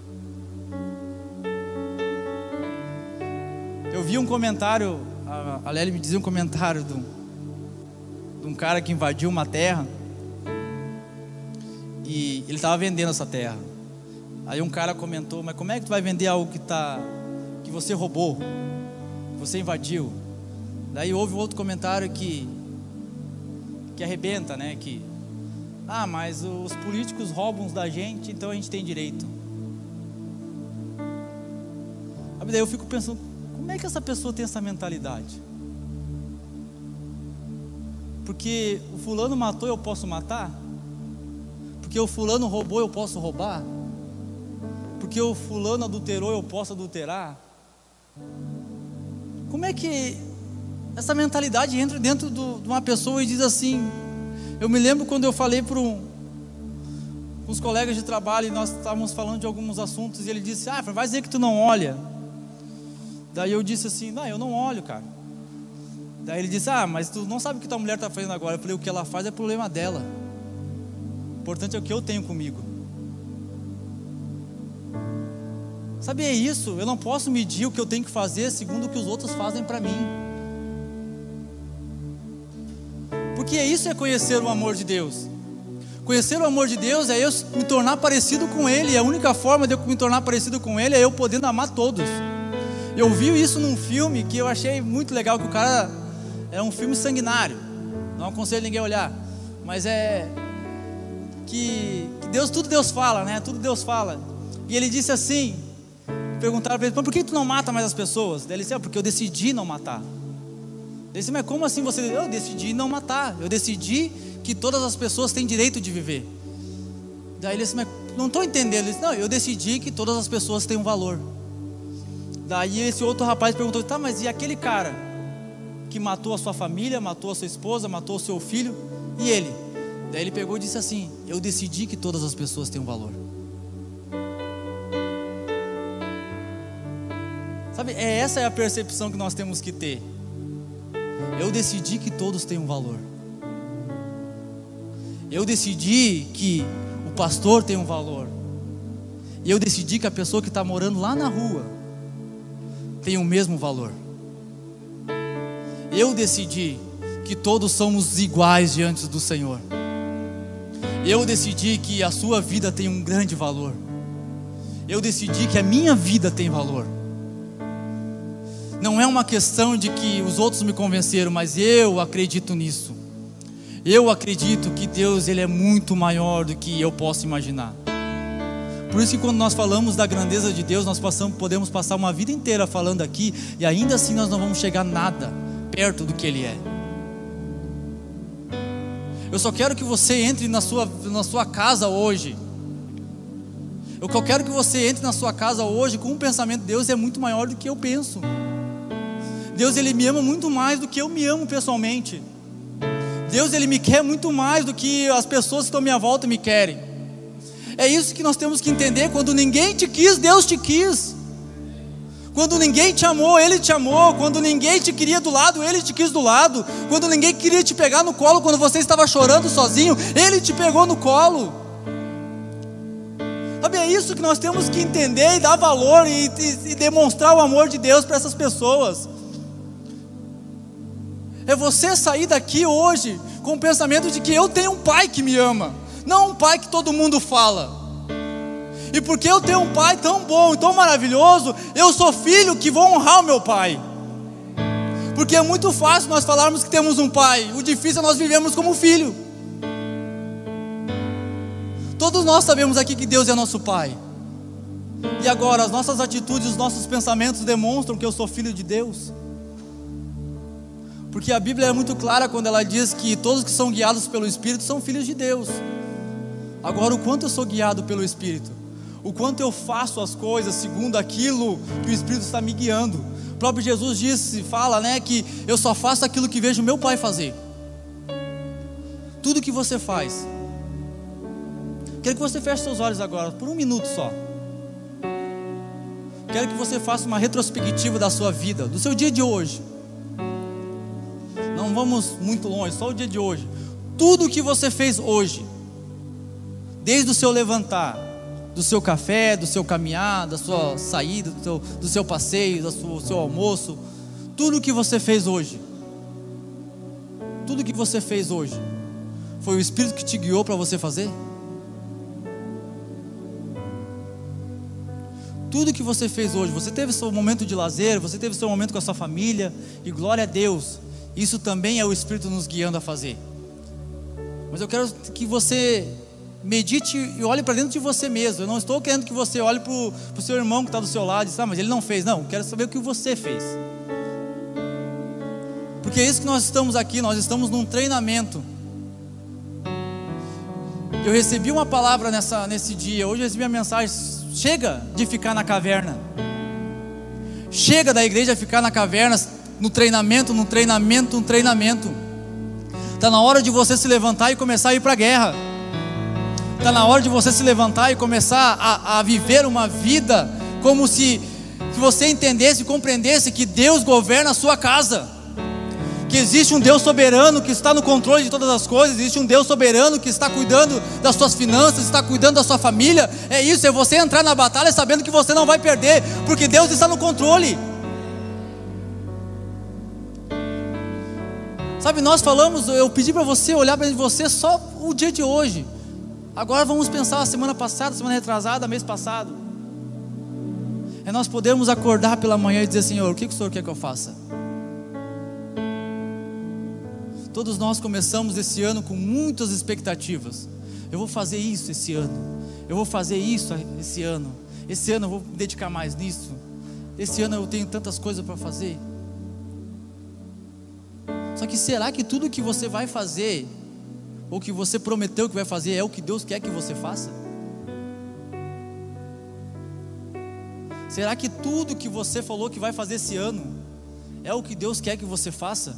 Eu vi um comentário, a Lélia me dizia um comentário de um cara que invadiu uma terra, e ele estava vendendo essa terra. Aí um cara comentou, mas como é que tu vai vender algo que você roubou, que você invadiu? Daí houve outro comentário que arrebenta, né? Mas os políticos roubam da gente, então a gente tem direito. Daí eu fico pensando, como é que essa pessoa tem essa mentalidade? Porque o fulano matou, eu posso matar? Porque o fulano roubou, eu posso roubar? Porque o fulano adulterou, eu posso adulterar? Como é que essa mentalidade entra dentro de uma pessoa e diz assim? Eu me lembro quando eu falei para uns colegas de trabalho, e nós estávamos falando de alguns assuntos, e ele disse, vai dizer que tu não olha. Daí eu disse assim, não, eu não olho, cara. Daí ele disse, mas tu não sabe o que tua mulher está fazendo agora. Eu falei, o que ela faz é problema dela. O importante é o que eu tenho comigo. Sabe, é isso. Eu não posso medir o que eu tenho que fazer segundo o que os outros fazem para mim. Porque isso é conhecer o amor de Deus. Conhecer o amor de Deus é eu me tornar parecido com Ele. E a única forma de eu me tornar parecido com Ele é eu podendo amar todos. Eu vi isso num filme que eu achei muito legal, que o cara é um filme sanguinário. Não aconselho ninguém a olhar. Mas que Deus, tudo Deus fala, né? Tudo Deus fala. E ele disse assim, perguntaram para ele, por que tu não mata mais as pessoas? Daí ele disse, porque eu decidi não matar. Ele disse, mas como assim você? Eu decidi não matar. Eu decidi que todas as pessoas têm direito de viver. Daí ele disse, mas não estou entendendo. Ele disse, não, eu decidi que todas as pessoas têm um valor. Daí esse outro rapaz perguntou, mas e aquele cara que matou a sua família, matou a sua esposa, matou o seu filho, e ele? Daí ele pegou e disse assim, eu decidi que todas as pessoas têm um valor. Sabe, essa é a percepção que nós temos que ter. Eu decidi que todos têm um valor. Eu decidi que o pastor tem um valor. E eu decidi que a pessoa que está morando lá na rua tem o mesmo valor. Eu decidi que todos somos iguais diante do Senhor. Eu decidi que a sua vida tem um grande valor. Eu decidi que a minha vida tem valor. Não é uma questão de que os outros me convenceram, mas eu acredito nisso. Eu acredito que Deus, Ele é muito maior do que eu posso imaginar. Por isso que quando nós falamos da grandeza de Deus, nós podemos passar uma vida inteira falando aqui, e ainda assim nós não vamos chegar nada perto do que Ele é. Eu só quero que você entre na sua casa hoje. Eu só quero que você entre na sua casa hoje com um pensamento: Deus é muito maior do que eu penso. Deus, Ele me ama muito mais do que eu me amo pessoalmente. Deus, Ele me quer muito mais do que as pessoas que estão à minha volta me querem. É isso que nós temos que entender. Quando ninguém te quis, Deus te quis. Quando ninguém te amou, Ele te amou. Quando ninguém te queria do lado, Ele te quis do lado. Quando ninguém queria te pegar no colo, quando você estava chorando sozinho, Ele te pegou no colo. Sabe, é isso que nós temos que entender e dar valor e demonstrar o amor de Deus para essas pessoas. É você sair daqui hoje com o pensamento de que eu tenho um pai que me ama, não um pai que todo mundo fala. E porque eu tenho um pai tão bom e tão maravilhoso, eu sou filho que vou honrar o meu pai. Porque é muito fácil nós falarmos que temos um pai, o difícil é nós vivemos como filho. Todos nós sabemos aqui que Deus é nosso pai. E agora, as nossas atitudes, os nossos pensamentos demonstram que eu sou filho de Deus. Porque a Bíblia é muito clara quando ela diz que todos que são guiados pelo Espírito são filhos de Deus. Agora, o quanto eu sou guiado pelo Espírito? O quanto eu faço as coisas segundo aquilo que o Espírito está me guiando? O próprio Jesus fala, né, que eu só faço aquilo que vejo meu Pai fazer. Tudo que você faz. Quero que você feche seus olhos agora, por um minuto só. Quero que você faça uma retrospectiva da sua vida, do seu dia de hoje. Não vamos muito longe, só o dia de hoje. Tudo que você fez hoje, desde o seu levantar, do seu café, do seu caminhar, da sua saída, do seu passeio, do seu almoço, tudo que você fez hoje, tudo que você fez hoje, foi o Espírito que te guiou para você fazer? Tudo que você fez hoje, você teve seu momento de lazer, você teve seu momento com a sua família, e glória a Deus, isso também é o Espírito nos guiando a fazer. Mas eu quero que você medite e olhe para dentro de você mesmo. Eu não estou querendo que você olhe para o seu irmão que está do seu lado e diz, mas ele não fez. Não, eu quero saber o que você fez. Porque é isso que nós estamos aqui, nós estamos num treinamento. Eu recebi uma palavra nesse dia, hoje eu recebi a mensagem: chega de ficar na caverna. Chega da igreja ficar na caverna, no treinamento. Está na hora de você se levantar e começar a ir para a guerra. Está na hora de você se levantar e começar a viver uma vida como se você entendesse e compreendesse que Deus governa a sua casa, que existe um Deus soberano que está no controle de todas as coisas, existe um Deus soberano que está cuidando das suas finanças, está cuidando da sua família. É isso, é você entrar na batalha sabendo que você não vai perder, porque Deus está no controle. Sabe, nós falamos, eu pedi para você olhar para você só o dia de hoje. Agora vamos pensar a semana passada, semana retrasada, mês passado. É nós podermos acordar pela manhã e dizer: Senhor, o que o Senhor quer que eu faça? Todos nós começamos esse ano com muitas expectativas. Eu vou fazer isso esse ano. Eu vou fazer isso esse ano. Esse ano eu vou me dedicar mais nisso. Esse ano eu tenho tantas coisas para fazer. Só que será que tudo que você vai fazer, ou que você prometeu que vai fazer, é o que Deus quer que você faça? Será que tudo que você falou que vai fazer esse ano é o que Deus quer que você faça?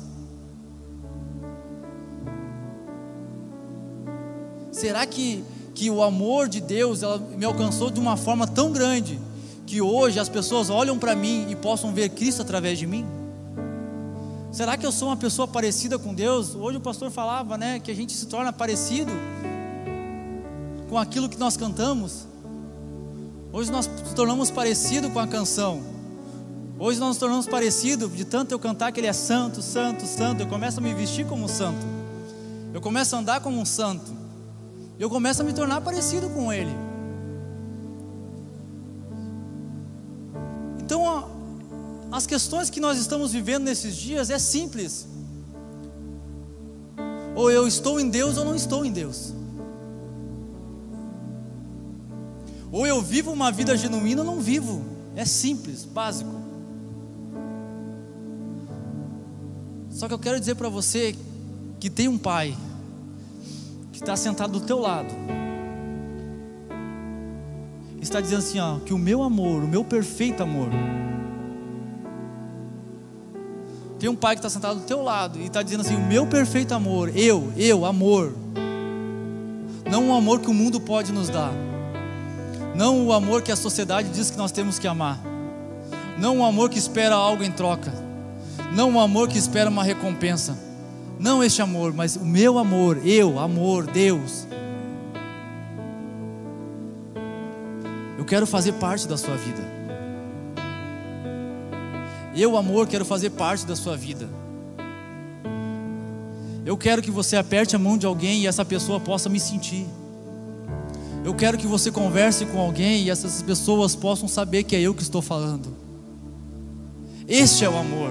Será que o amor de Deus me alcançou de uma forma tão grande que hoje as pessoas olham para mim e possam ver Cristo através de mim? Será que eu sou uma pessoa parecida com Deus? Hoje o pastor falava, né, que a gente se torna parecido com aquilo que nós cantamos. Hoje nós nos tornamos parecido com a canção. Hoje nós nos tornamos parecido de tanto eu cantar que Ele é santo, santo, santo. Eu começo a me vestir como um santo. Eu começo a andar como um santo. Eu começo a me tornar parecido com Ele. Então, as questões que nós estamos vivendo nesses dias é simples. Ou eu estou em Deus ou não estou em Deus. Ou eu vivo uma vida genuína ou não vivo. É simples, básico. Só que eu quero dizer para você que tem um pai que está sentado do teu lado, está dizendo assim, ó, que o meu amor, o meu perfeito amor. Tem um pai que está sentado do teu lado e está dizendo assim: o meu perfeito amor, amor. Não o amor que o mundo pode nos dar, não o amor que a sociedade diz que nós temos que amar, Não um amor que espera algo em troca, não um amor que espera uma recompensa, não este amor, mas o meu amor, amor, Deus. Eu quero fazer parte da sua vida. Eu, amor, quero fazer parte da sua vida. Eu quero que você aperte a mão de alguém e essa pessoa possa me sentir. Eu quero que você converse com alguém e essas pessoas possam saber que é eu que estou falando. Este é o amor.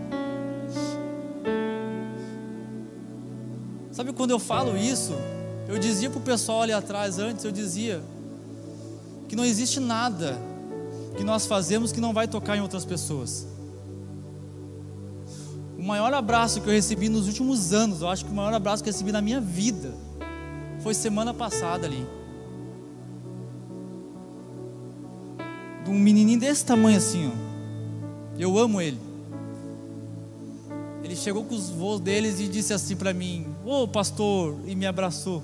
Sabe, quando eu falo isso, eu dizia para o pessoal ali atrás antes, eu dizia que não existe nada que nós fazemos que não vai tocar em outras pessoas. O maior abraço que eu recebi nos últimos anos, eu acho que o maior abraço que eu recebi na minha vida, foi semana passada ali, de um menininho desse tamanho assim, ó. Eu amo ele. Ele chegou com os voos deles e disse assim para mim: ô pastor, e me abraçou.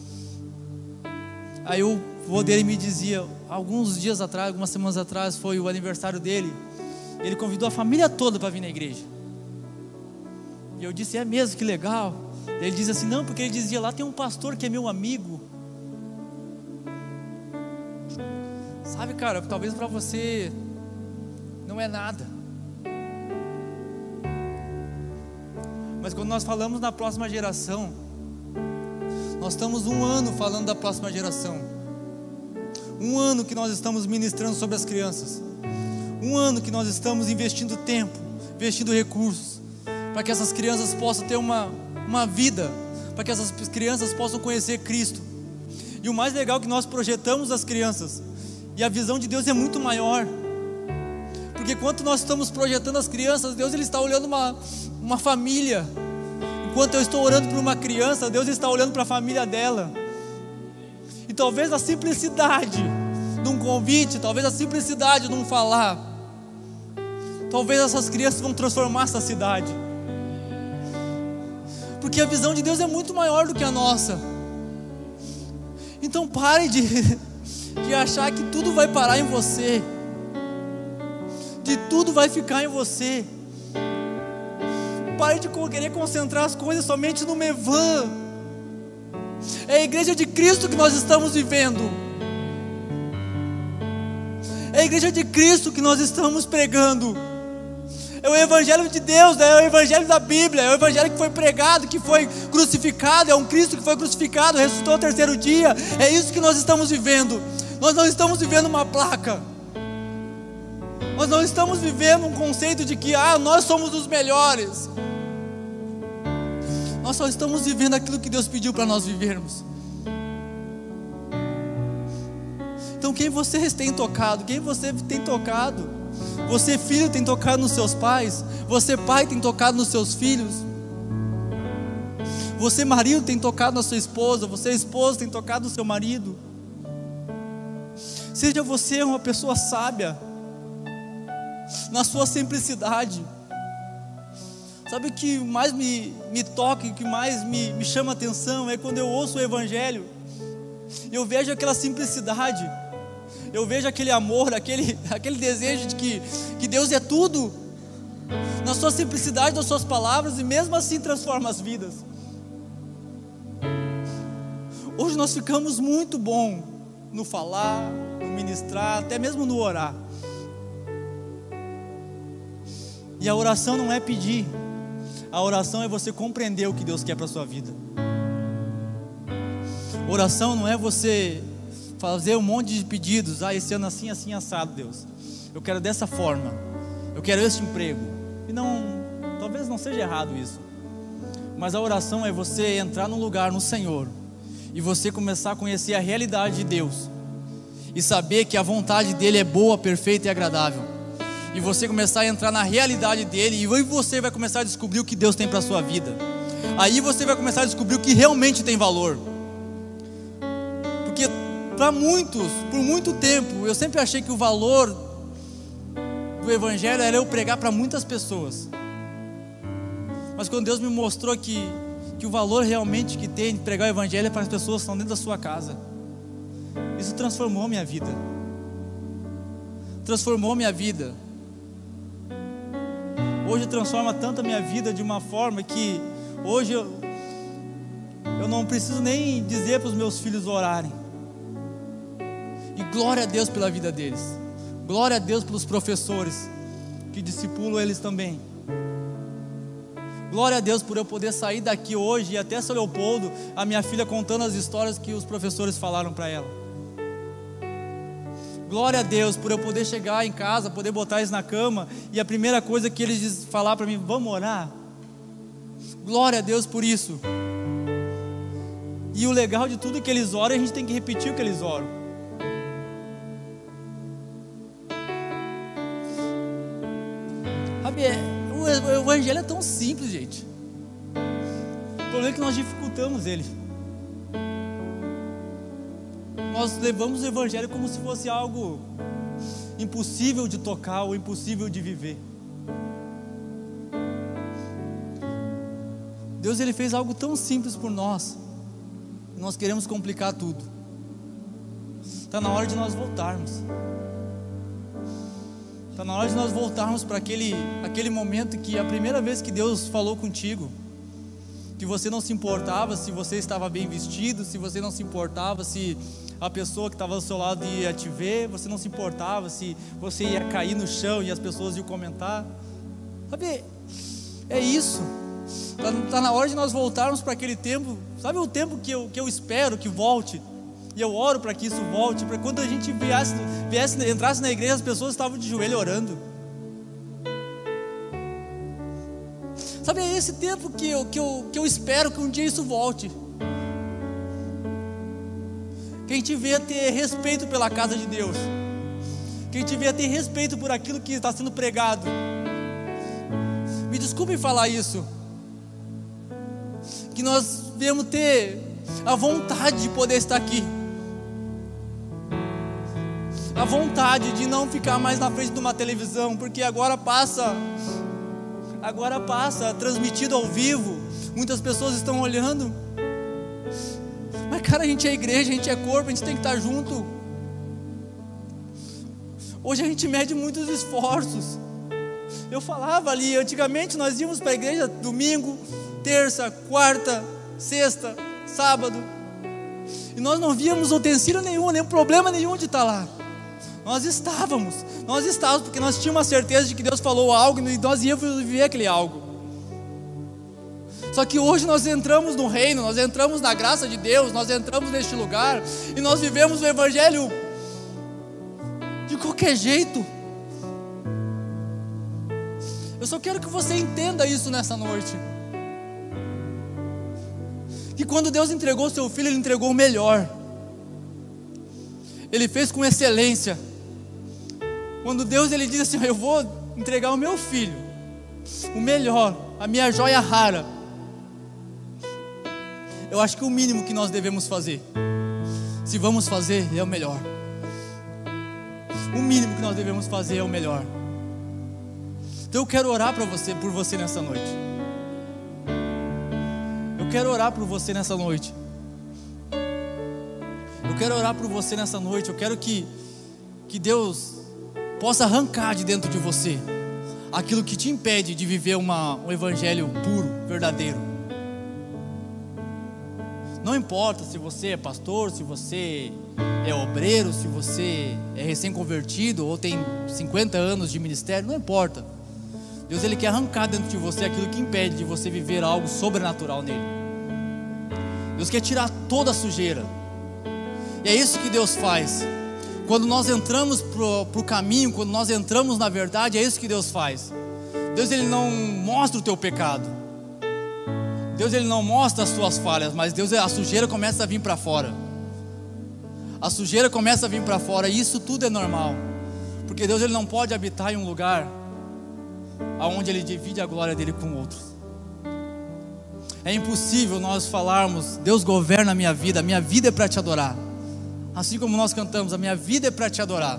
Aí o vô dele me dizia, alguns dias atrás, algumas semanas atrás, foi o aniversário dele, ele convidou a família toda para vir na igreja. E eu disse: é mesmo, que legal. Ele disse assim: não, porque ele dizia, lá tem um pastor que é meu amigo. Sabe, cara, talvez para você não é nada, mas quando nós falamos na próxima geração, nós estamos um ano falando da próxima geração, um ano que nós estamos ministrando sobre as crianças, um ano que nós estamos investindo tempo, investindo recursos, para que essas crianças possam ter uma vida, para que essas crianças possam conhecer Cristo. E o mais legal é que nós projetamos as crianças, e a visão de Deus é muito maior, porque enquanto nós estamos projetando as crianças, Deus ele está olhando uma família. Enquanto eu estou orando por uma criança, Deus está olhando para a família dela. E talvez a simplicidade de um convite, talvez a simplicidade de um falar, talvez essas crianças vão transformar essa cidade, porque a visão de Deus é muito maior do que a nossa. Então pare de achar que tudo vai parar em você, de tudo vai ficar em você. Pare de querer concentrar as coisas somente no Mevan. É a igreja de Cristo que nós estamos vivendo, é a igreja de Cristo que nós estamos pregando, é o evangelho de Deus, é o evangelho da Bíblia, é o evangelho que foi pregado, que foi crucificado, é um Cristo que foi crucificado, ressuscitou ao terceiro dia. É isso que nós estamos vivendo. Nós não estamos vivendo uma placa, nós não estamos vivendo um conceito de que nós somos os melhores. Nós só estamos vivendo aquilo que Deus pediu para nós vivermos. Então quem vocês têm tocado? Quem você tem tocado? Você filho tem tocado nos seus pais? Você pai tem tocado nos seus filhos? Você marido tem tocado na sua esposa? Você esposa tem tocado no seu marido? Seja você uma pessoa sábia, na sua simplicidade. Sabe o que mais me toca, o que mais me chama a atenção é quando eu ouço o evangelho, eu vejo aquela simplicidade, eu vejo aquele amor, aquele desejo de que Deus é tudo, na sua simplicidade das suas palavras, e mesmo assim transforma as vidas. Hoje nós ficamos muito bom no falar, no ministrar, até mesmo no orar. E a oração não é pedir, a oração é você compreender o que Deus quer para a sua vida. Oração não é você fazer um monte de pedidos. Esse ano assim, assim, assado, Deus, eu quero dessa forma, eu quero esse emprego. E não, talvez não seja errado isso, mas a oração é você entrar num lugar no Senhor, e você começar a conhecer a realidade de Deus, e saber que a vontade dEle é boa, perfeita e agradável, e você começar a entrar na realidade dEle, e aí você vai começar a descobrir o que Deus tem para a sua vida. Aí você vai começar a descobrir o que realmente tem valor. Porque para muitos, por muito tempo, eu sempre achei que o valor do evangelho era eu pregar para muitas pessoas. Mas quando Deus me mostrou que o valor realmente que tem de pregar o evangelho é para as pessoas que estão dentro da sua casa, isso transformou minha vida. Transformou minha vida. hoje transforma tanto a minha vida de uma forma que hoje eu não preciso nem dizer para os meus filhos orarem. E glória a Deus pela vida deles, glória a Deus pelos professores que discipulam eles também. Glória a Deus por eu poder sair daqui hoje e até São Leopoldo, a minha filha contando as histórias que os professores falaram para ela. Glória a Deus por eu poder chegar em casa, poder botar eles na cama e a primeira coisa que eles falar para mim, vamos orar? Glória a Deus por isso. E o legal de tudo é que eles oram e a gente tem que repetir o que eles oram. Sabe, o evangelho é tão simples, gente. O problema é que nós dificultamos ele. Nós levamos o evangelho como se fosse algo impossível de tocar ou impossível de viver. Deus, Ele fez algo tão simples por nós. Nós queremos complicar tudo. Está na hora de nós voltarmos. Está na hora de nós voltarmos para aquele momento que a primeira vez que Deus falou contigo, que você não se importava se você estava bem vestido, se você não se importava se a pessoa que estava ao seu lado ia te ver, você não se importava se você ia cair no chão e as pessoas iam comentar. Sabe, é isso. Está na hora de nós voltarmos para aquele tempo. Sabe o tempo que eu espero que volte? E eu oro para que isso volte, para quando a gente entrasse na igreja, as pessoas estavam de joelho orando. Sabe, é esse tempo que eu espero que um dia isso volte. Que a gente venha ter respeito pela casa de Deus. Que a gente venha ter respeito por aquilo que está sendo pregado. Me desculpem falar isso. Que nós venhamos ter a vontade de poder estar aqui. A vontade de não ficar mais na frente de uma televisão, porque agora passa transmitido ao vivo, muitas pessoas estão olhando, mas cara, a gente é igreja, a gente é corpo, a gente tem que estar junto. Hoje a gente mede muitos esforços. Eu falava ali, antigamente nós íamos para a igreja domingo, terça, quarta, sexta, sábado, e nós não víamos utensílio nenhum, nem problema nenhum de estar lá. Nós estávamos porque nós tínhamos a certeza de que Deus falou algo e nós íamos viver aquele algo. Só que hoje nós entramos no reino, nós entramos na graça de Deus, nós entramos neste lugar e nós vivemos o evangelho de qualquer jeito. Eu só quero que você entenda isso nessa noite. Que quando Deus entregou o seu filho, Ele entregou o melhor. Ele fez com excelência. Quando Deus Ele diz assim, eu vou entregar o meu filho, o melhor, a minha joia rara, eu acho que o mínimo que nós devemos fazer, se vamos fazer, é o melhor. O mínimo que nós devemos fazer é o melhor. Então eu quero orar por você nessa noite. Eu quero orar por você nessa noite. Eu quero orar por você nessa noite. Eu quero que Deus possa arrancar de dentro de você aquilo que te impede de viver um evangelho puro, verdadeiro. Não importa se você é pastor, se você é obreiro, se você é recém-convertido ou tem 50 anos de ministério, não importa. Deus Ele quer arrancar dentro de você aquilo que impede de você viver algo sobrenatural nele. Deus quer tirar toda a sujeira. E é isso que Deus faz. Quando nós entramos pro caminho, quando nós entramos na verdade, é isso que Deus faz. Deus Ele não mostra o teu pecado. Deus Ele não mostra as tuas falhas, mas a sujeira começa a vir para fora. A sujeira começa a vir para fora, e isso tudo é normal. Porque Deus Ele não pode habitar em um lugar onde Ele divide a glória dEle com outros. É impossível nós falarmos, Deus governa a minha vida é para te adorar. Assim como nós cantamos, a minha vida é para te adorar.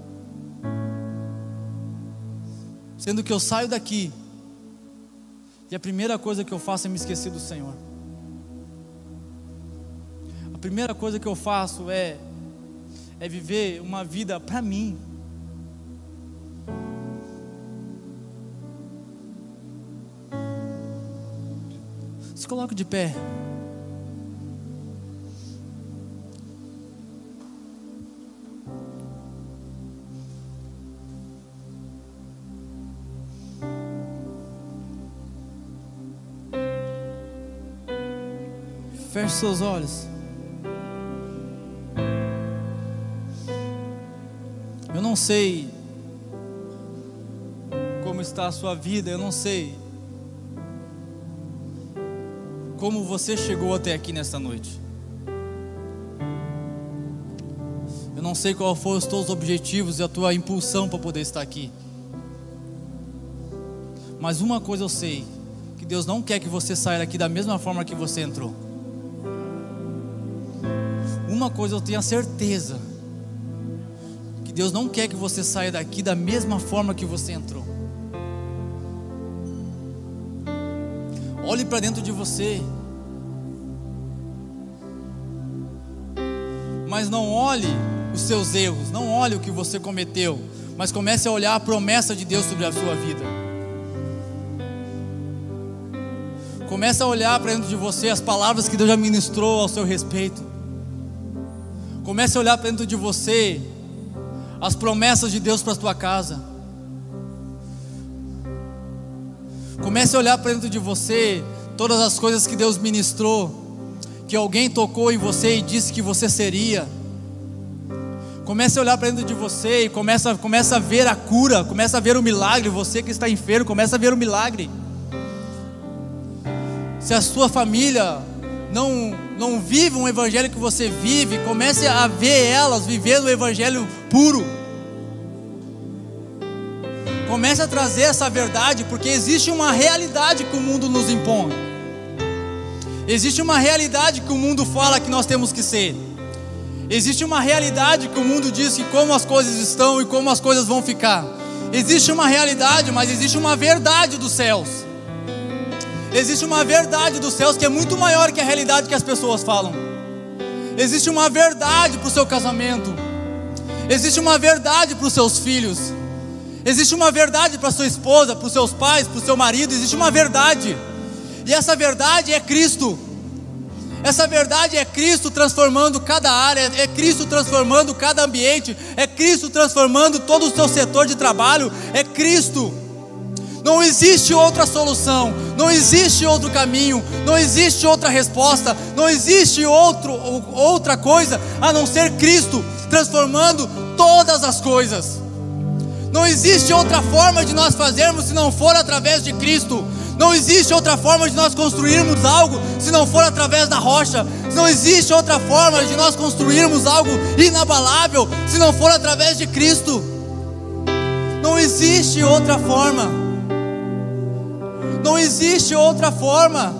Sendo que eu saio daqui e a primeira coisa que eu faço é me esquecer do Senhor. A primeira coisa que eu faço é viver uma vida para mim. Se coloque de pé. Feche seus olhos. Eu não sei como está a sua vida, eu não sei como você chegou até aqui nesta noite. Eu não sei qual foram os teus objetivos e a tua impulsão para poder estar aqui. Mas uma coisa eu sei, que Deus não quer que você saia daqui da mesma forma que você entrou. Uma coisa eu tenho a certeza, que Deus não quer que você saia daqui da mesma forma que você entrou. Olhe para dentro de você, mas não olhe os seus erros, não olhe o que você cometeu, mas comece a olhar a promessa de Deus sobre a sua vida. Comece a olhar para dentro de você as palavras que Deus já ministrou ao seu respeito. Comece a olhar para dentro de você as promessas de Deus para a tua casa. Comece a olhar para dentro de você todas as coisas que Deus ministrou, que alguém tocou em você e disse que você seria. Comece a olhar para dentro de você e começa a ver a cura, começa a ver o milagre. Você que está enfermo, começa a ver o milagre. Se a sua família não vive um evangelho que você vive, comece a ver elas vivendo o evangelho puro. Comece a trazer essa verdade, porque existe uma realidade que o mundo nos impõe. Existe uma realidade que o mundo fala que nós temos que ser. Existe uma realidade que o mundo diz que como as coisas estão e como as coisas vão ficar. Existe uma realidade, mas existe uma verdade dos céus. Existe uma verdade dos céus que é muito maior que a realidade que as pessoas falam. Existe uma verdade para o seu casamento. Existe uma verdade para os seus filhos. Existe uma verdade para a sua esposa, para os seus pais, para o seu marido. Existe uma verdade. E essa verdade é Cristo. Essa verdade é Cristo transformando cada área. É Cristo transformando cada ambiente. É Cristo transformando todo o seu setor de trabalho. É Cristo. Não existe outra solução, não existe outro caminho, não existe outra resposta, não existe outra coisa a não ser Cristo transformando todas as coisas. Não existe outra forma de nós fazermos se não for através de Cristo. Não existe outra forma de nós construirmos algo se não for através da rocha. Não existe outra forma de nós construirmos algo inabalável se não for através de Cristo. Não existe outra forma. Não existe outra forma.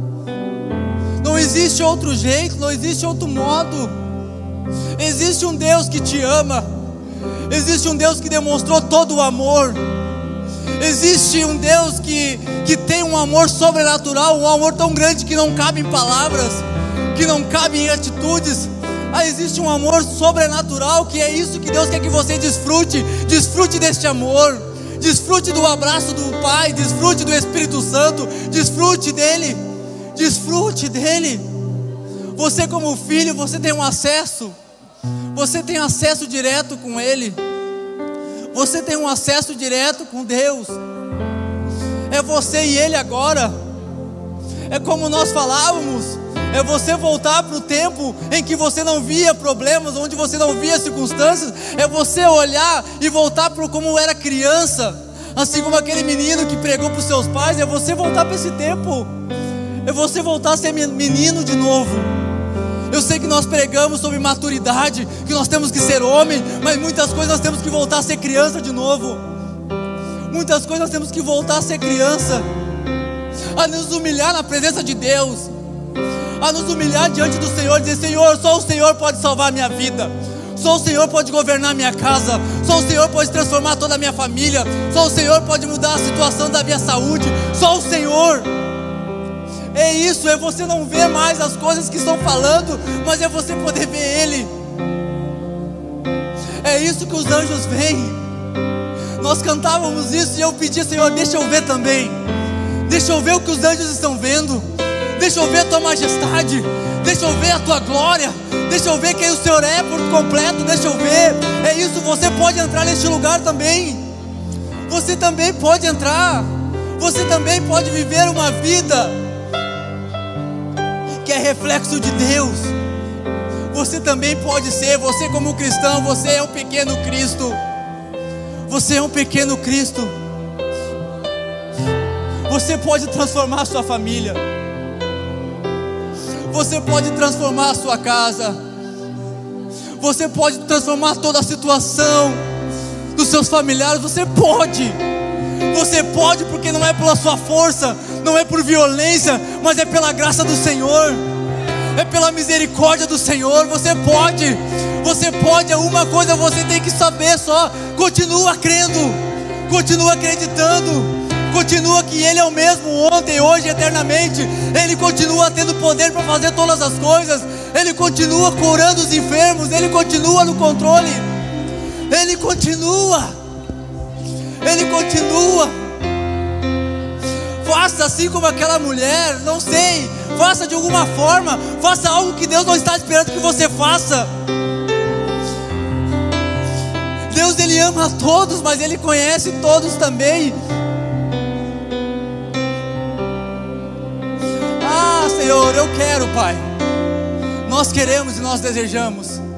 Não existe outro jeito, não existe outro modo. Existe um Deus que te ama. Existe um Deus que demonstrou todo o amor. Existe um Deus que tem um amor sobrenatural, um amor tão grande que não cabe em palavras, que não cabe em atitudes. Existe um amor sobrenatural, que é isso que Deus quer que você desfrute. Desfrute deste amor. Desfrute do abraço do Pai, desfrute do Espírito Santo, desfrute dele, desfrute dele. Você como filho, você tem um acesso, você tem acesso direto com Ele, você tem um acesso direto com Deus. É você e Ele agora. É como nós falávamos, é você voltar para o tempo em que você não via problemas, onde você não via circunstâncias. É você olhar e voltar para como era criança, assim como aquele menino que pregou para os seus pais. É você voltar para esse tempo, é você voltar a ser menino de novo. Eu sei que nós pregamos sobre maturidade, que nós temos que ser homem, mas muitas coisas nós temos que voltar a ser criança de novo. Muitas coisas nós temos que voltar a ser criança, a nos humilhar na presença de Deus, a nos humilhar diante do Senhor, dizer: Senhor, só o Senhor pode salvar a minha vida, só o Senhor pode governar a minha casa, só o Senhor pode transformar toda a minha família, só o Senhor pode mudar a situação da minha saúde, só o Senhor. É isso, é você não ver mais as coisas que estão falando, mas é você poder ver Ele. É isso que os anjos veem. Nós cantávamos isso e eu pedi: Senhor, deixa eu ver também, deixa eu ver o que os anjos estão vendo, deixa eu ver a tua majestade, deixa eu ver a tua glória, deixa eu ver quem o Senhor é por completo, deixa eu ver. É isso, você pode entrar neste lugar também. Você também pode entrar. Você também pode viver uma vida que é reflexo de Deus. Você também pode ser, você como cristão, você é um pequeno Cristo. Você é um pequeno Cristo. Você pode transformar a sua família. Você pode transformar a sua casa. Você pode transformar toda a situação dos seus familiares. Você pode. Você pode, porque não é pela sua força, não é por violência, mas é pela graça do Senhor, é pela misericórdia do Senhor. Você pode. Você pode. Uma coisa você tem que saber só: continua crendo, continua acreditando. Continua que Ele é o mesmo ontem, hoje e eternamente. Ele continua tendo poder para fazer todas as coisas. Ele continua curando os enfermos. Ele continua no controle. Ele continua. Ele continua. Faça assim como aquela mulher, não sei, faça de alguma forma. Faça algo que Deus não está esperando que você faça. Deus, Ele ama a todos, mas Ele conhece todos também. Senhor, eu quero, Pai. Nós queremos e nós desejamos.